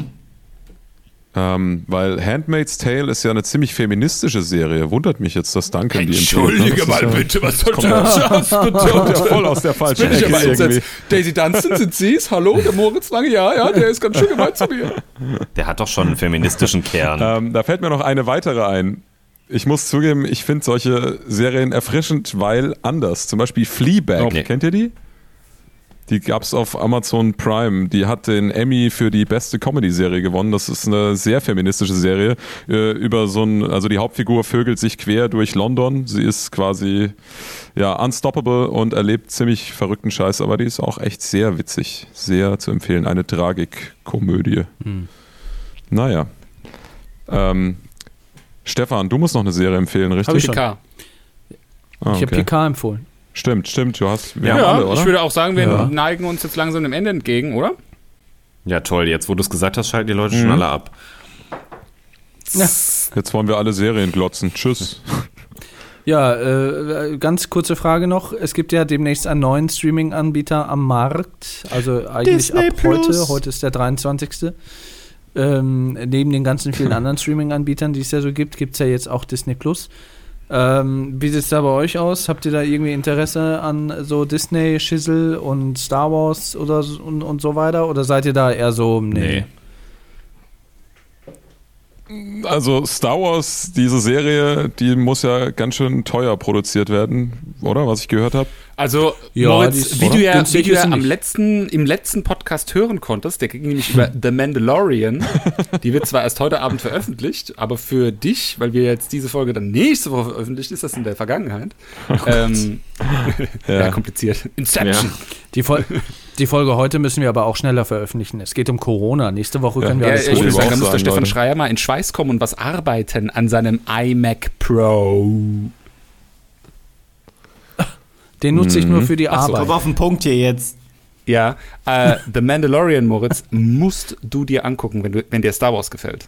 weil Handmaid's Tale ist ja eine ziemlich feministische Serie. Wundert mich jetzt, dass Duncan die empfiehlt. Entschuldige mal bitte, was soll das? Kommt ja voll aus der falschen Bin ich Ecke aber irgendwie. Daisy Dunstan, sind Sie's? Hallo, der Moritz Lange? Ja, der ist ganz schön gemeint zu mir. Der hat doch schon einen feministischen Kern. Da fällt mir noch eine weitere ein. Ich muss zugeben, ich finde solche Serien erfrischend, weil anders. Zum Beispiel Fleabag. Okay. Kennt ihr die? Die gab's auf Amazon Prime. Die hat den Emmy für die beste Comedy-Serie gewonnen. Das ist eine sehr feministische Serie über also die Hauptfigur vögelt sich quer durch London. Sie ist quasi unstoppable und erlebt ziemlich verrückten Scheiß, aber die ist auch echt sehr witzig. Sehr zu empfehlen. Eine Tragikkomödie. Naja. Stefan, du musst noch eine Serie empfehlen, richtig? PK. Ich habe PK empfohlen. Stimmt, du hast. Wir Ja, haben alle, oder? ich würde auch sagen, wir neigen uns jetzt langsam dem Ende entgegen, oder? Ja, toll. Jetzt, wo du es gesagt hast, schalten die Leute schon alle ab. Ja. Jetzt wollen wir alle Serien glotzen. Tschüss. Ja, ganz kurze Frage noch. Es gibt ja demnächst einen neuen Streaming-Anbieter am Markt. Also eigentlich Disney ab heute. Plus. Heute ist der 23. Neben den ganzen vielen anderen Streaming-Anbietern, die es ja so gibt, gibt es ja jetzt auch Disney Plus. Wie sieht es da bei euch aus? Habt ihr da irgendwie Interesse an so Disney-Schissel und Star Wars oder und so weiter? Oder seid ihr da eher so, nee. Also Star Wars, diese Serie, die muss ja ganz schön teuer produziert werden, oder? Was ich gehört habe. Also, Ja, Moritz, wie du ja günstig ist sie im letzten Podcast hören konntest, der ging nämlich über The Mandalorian. Die wird zwar erst heute Abend veröffentlicht, aber für dich, weil wir jetzt diese Folge dann nächste Woche veröffentlicht, ist das in der Vergangenheit. Ja, kompliziert. Inception. Die Folge heute müssen wir aber auch schneller veröffentlichen. Es geht um Corona. Nächste Woche können wir alles Ich würde auch sagen, da muss der sagen, Stefan Leute. Schreier mal in Schweiß kommen und was arbeiten an seinem iMac Pro. Den nutze ich nur für die Ach so, Arbeit. Aber auf den Punkt hier jetzt. Ja, The Mandalorian, Moritz, musst du dir angucken, wenn dir Star Wars gefällt.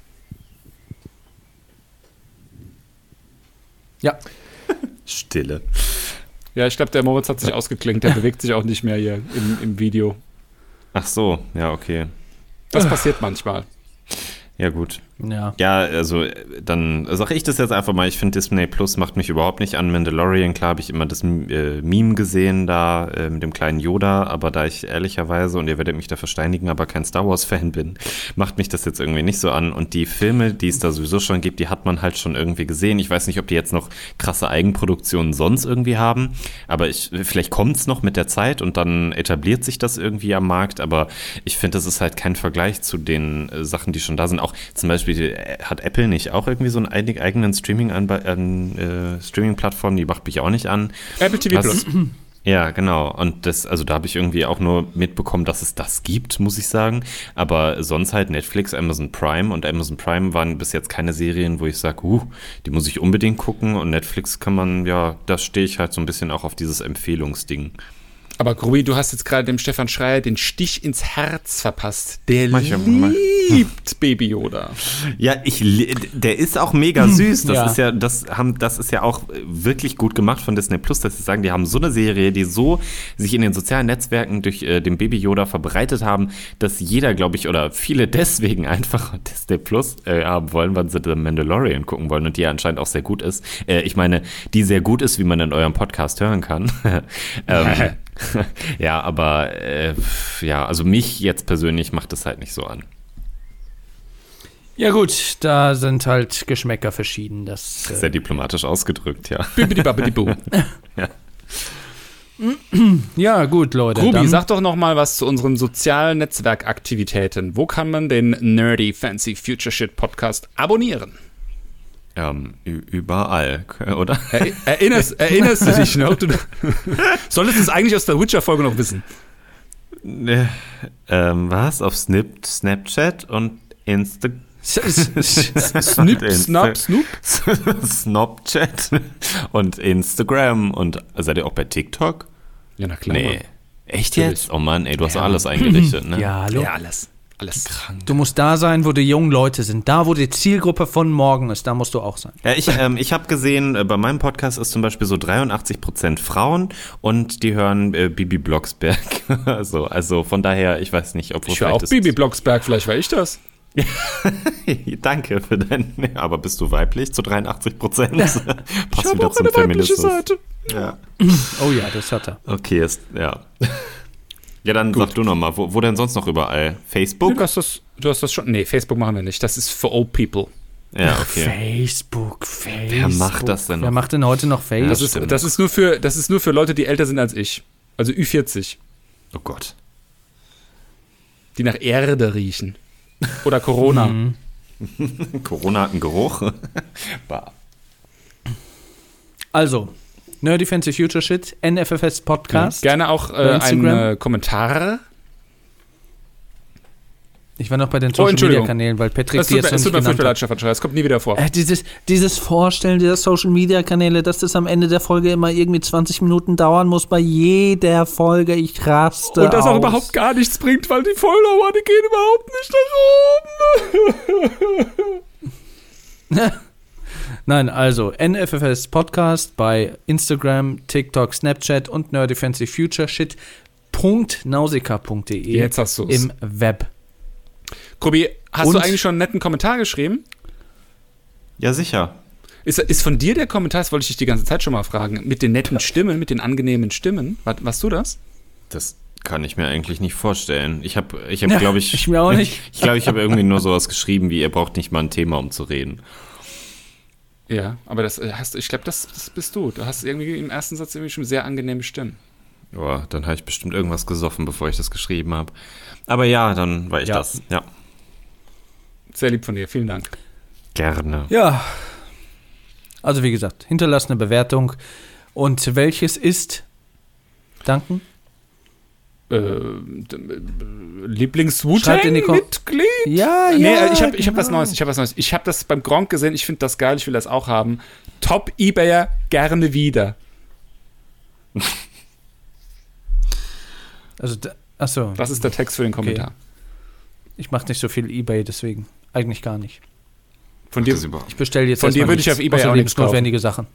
Ja. Stille. Ja, ich glaube, der Moritz hat sich ausgeklinkt, der bewegt sich auch nicht mehr hier im Video. Ach so, ja, okay. Das passiert manchmal. Ja, gut. Ja. Ja, also dann sage ich das jetzt einfach mal. Ich finde, Disney Plus macht mich überhaupt nicht an. Mandalorian, klar, habe ich immer das Meme gesehen da mit dem kleinen Yoda, aber da ich ehrlicherweise, und ihr werdet mich da versteinigen, aber kein Star Wars-Fan bin, macht mich das jetzt irgendwie nicht so an. Und die Filme, die es da sowieso schon gibt, die hat man halt schon irgendwie gesehen. Ich weiß nicht, ob die jetzt noch krasse Eigenproduktionen sonst irgendwie haben, aber vielleicht kommt es noch mit der Zeit und dann etabliert sich das irgendwie am Markt, aber ich finde, das ist halt kein Vergleich zu den Sachen, die schon da sind. Auch zum Beispiel hat Apple nicht auch irgendwie so einen eigenen Streaming-Plattform, die macht mich auch nicht an. Apple TV Plus. Ja, genau. Und da habe ich irgendwie auch nur mitbekommen, dass es das gibt, muss ich sagen. Aber sonst halt Netflix, Amazon Prime und Amazon Prime waren bis jetzt keine Serien, wo ich sage, die muss ich unbedingt gucken. Und Netflix kann man, da stehe ich halt so ein bisschen auch auf dieses Empfehlungsding. Aber Grubi, du hast jetzt gerade dem Stefan Schreier den Stich ins Herz verpasst. Der Mach ich ja mal. liebt liebt Baby Yoda. Ja, der ist auch mega süß. Das Ja. das ist ja auch wirklich gut gemacht von Disney Plus, dass sie sagen, die haben so eine Serie, die so sich in den sozialen Netzwerken durch den Baby Yoda verbreitet haben, dass jeder, glaube ich, oder viele deswegen einfach Disney Plus haben wollen, weil sie The Mandalorian gucken wollen und die ja anscheinend auch sehr gut ist. Ich meine, die sehr gut ist, wie man in eurem Podcast hören kann. Ja, aber also mich jetzt persönlich macht das halt nicht so an. Ja gut, da sind halt Geschmäcker verschieden. Das Sehr diplomatisch ausgedrückt, ja. Bibbidi-babbidi-boo. ja gut, Leute. Ruby, dann, sag doch noch mal was zu unseren sozialen Netzwerkaktivitäten. Wo kann man den Nerdy Fancy Future Shit Podcast abonnieren? Überall, oder? Erinnerst du dich noch? Du solltest es eigentlich aus der Witcher-Folge noch wissen. Was? Auf Snapchat und Instagram? Snoop? Snapchat und Instagram und seid ihr auch bei TikTok? Ja, na klar. Nee. Echt Natürlich. jetzt? Oh Mann, ey, du hast alles eingerichtet, ne? ja, hallo. Ja, alles. Du musst da sein, wo die jungen Leute sind. Da, wo die Zielgruppe von morgen ist, da musst du auch sein. Ja, ich habe gesehen, bei meinem Podcast ist zum Beispiel so 83% Frauen und die hören Bibi Blocksberg. also von daher, ich weiß nicht, ob Ich höre auch Bibi Blocksberg, vielleicht war ich das. Danke für aber bist du weiblich zu 83%? Passt Ich habe auch eine weibliche Seite. Ja. Oh ja, das hat er. Okay, ja. Ja, dann sag du noch mal, wo denn sonst noch überall? Facebook? Du hast das schon. Nee, Facebook machen wir nicht. Das ist for old people. Ja, okay. Facebook. Wer macht das denn noch? Wer macht denn heute noch Facebook? Das ist nur für Leute, die älter sind als ich. Also Ü40. Oh Gott. Die nach Erde riechen. Oder Corona. Corona hat einen Geruch. Bah. Also, Nerdy Fancy Future Shit, NFFS Podcast. Gerne auch einen Kommentar. Ich war noch bei den Social Media Kanälen, weil Patrick Es tut mir furchtbar leid, Stefan Schreier. Es kommt nie wieder vor. Dieses Vorstellen dieser Social Media Kanäle, dass das am Ende der Folge immer irgendwie 20 Minuten dauern muss, bei jeder Folge. Ich raste Und das auch aus. überhaupt gar nichts bringt, weil die Follower, die gehen überhaupt nicht nach oben. Nein, also NFFS Podcast bei Instagram, TikTok, Snapchat und Nerdy Fancy Future Shit. .nausicaa.de Jetzt hast du's. im Web. Kobi, hast Und? du eigentlich schon einen netten Kommentar geschrieben? Ja, sicher. Ist von dir der Kommentar, das wollte ich dich die ganze Zeit schon mal fragen, mit den netten Stimmen, mit den angenehmen Stimmen? Warst du das? Das kann ich mir eigentlich nicht vorstellen. Ich habe, glaube ich... Ich mir auch nicht. Ich glaube, ich habe irgendwie nur sowas geschrieben wie, ihr braucht nicht mal ein Thema, um zu reden. Ja, aber ich glaube, das bist du. Du hast irgendwie im ersten Satz irgendwie schon sehr angenehme Stimmen. Ja, dann habe ich bestimmt irgendwas gesoffen, bevor ich das geschrieben habe. Aber ja, dann war ich das. Ja. Sehr lieb von dir, vielen Dank. Gerne. Ja. Also wie gesagt, hinterlasst eine Bewertung. Und welches ist? Danken? Lieblings-Wu-Tang Schreibt in die Mitglied? Ja, Nee, ja. ich hab genau. was Neues. Ich habe das beim Gronk gesehen. Ich finde das geil. Ich will das auch haben. Top Ebayer, gerne wieder. Also, achso. Das ist der Text für den Kommentar. Ich mache nicht so viel eBay, deswegen. Eigentlich gar nicht. Von dir, Ich bestelle jetzt Von dir erstmal würde ich auf eBay außer auch nichts kaufen. lebensnotwendige Sachen.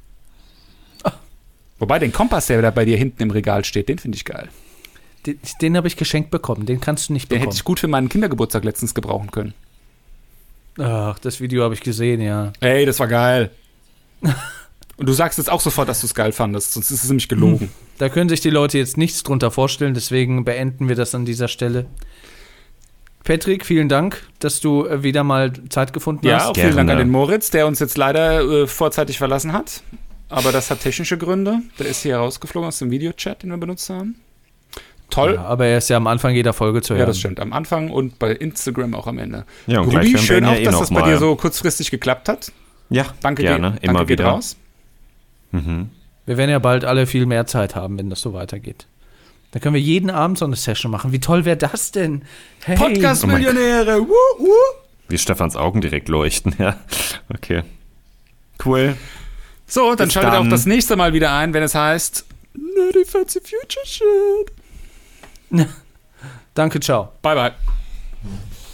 wobei, den Kompass, der da bei dir hinten im Regal steht, den finde ich geil. Den habe ich geschenkt bekommen. Den kannst du nicht Den bekommen. hätte ich gut für meinen Kindergeburtstag letztens gebrauchen können. Ach, das Video habe ich gesehen, ja. Ey, das war geil. Und du sagst jetzt auch sofort, dass du es geil fandest, sonst ist es nämlich gelogen. Da können sich die Leute jetzt nichts drunter vorstellen, deswegen beenden wir das an dieser Stelle. Patrick, vielen Dank, dass du wieder mal Zeit gefunden Ja, hast. auch vielen Dank Gerne. an den Moritz, der uns jetzt leider vorzeitig verlassen hat. Aber das hat technische Gründe. Der ist hier rausgeflogen aus dem Videochat, den wir benutzt haben. Toll. Ja, aber er ist ja am Anfang jeder Folge zu hören. Ja, das stimmt. Am Anfang und bei Instagram auch am Ende. Ja, und Ruby, gleich hören wir schön ihn auch, ja dass noch das bei mal. dir so kurzfristig geklappt hat. Ja, Danke, gerne. danke Immer geht wieder. raus. Wir werden ja bald alle viel mehr Zeit haben, wenn das so weitergeht. Da können wir jeden Abend so eine Session machen. Wie toll wäre das denn? Hey. Podcast-Millionäre. Wie Stefans Augen direkt leuchten, ja. Okay. Cool. So, dann Bis schaltet dann. auch das nächste Mal wieder ein, wenn es heißt Nerdy Fancy Future Shit. Danke, ciao. Bye, bye.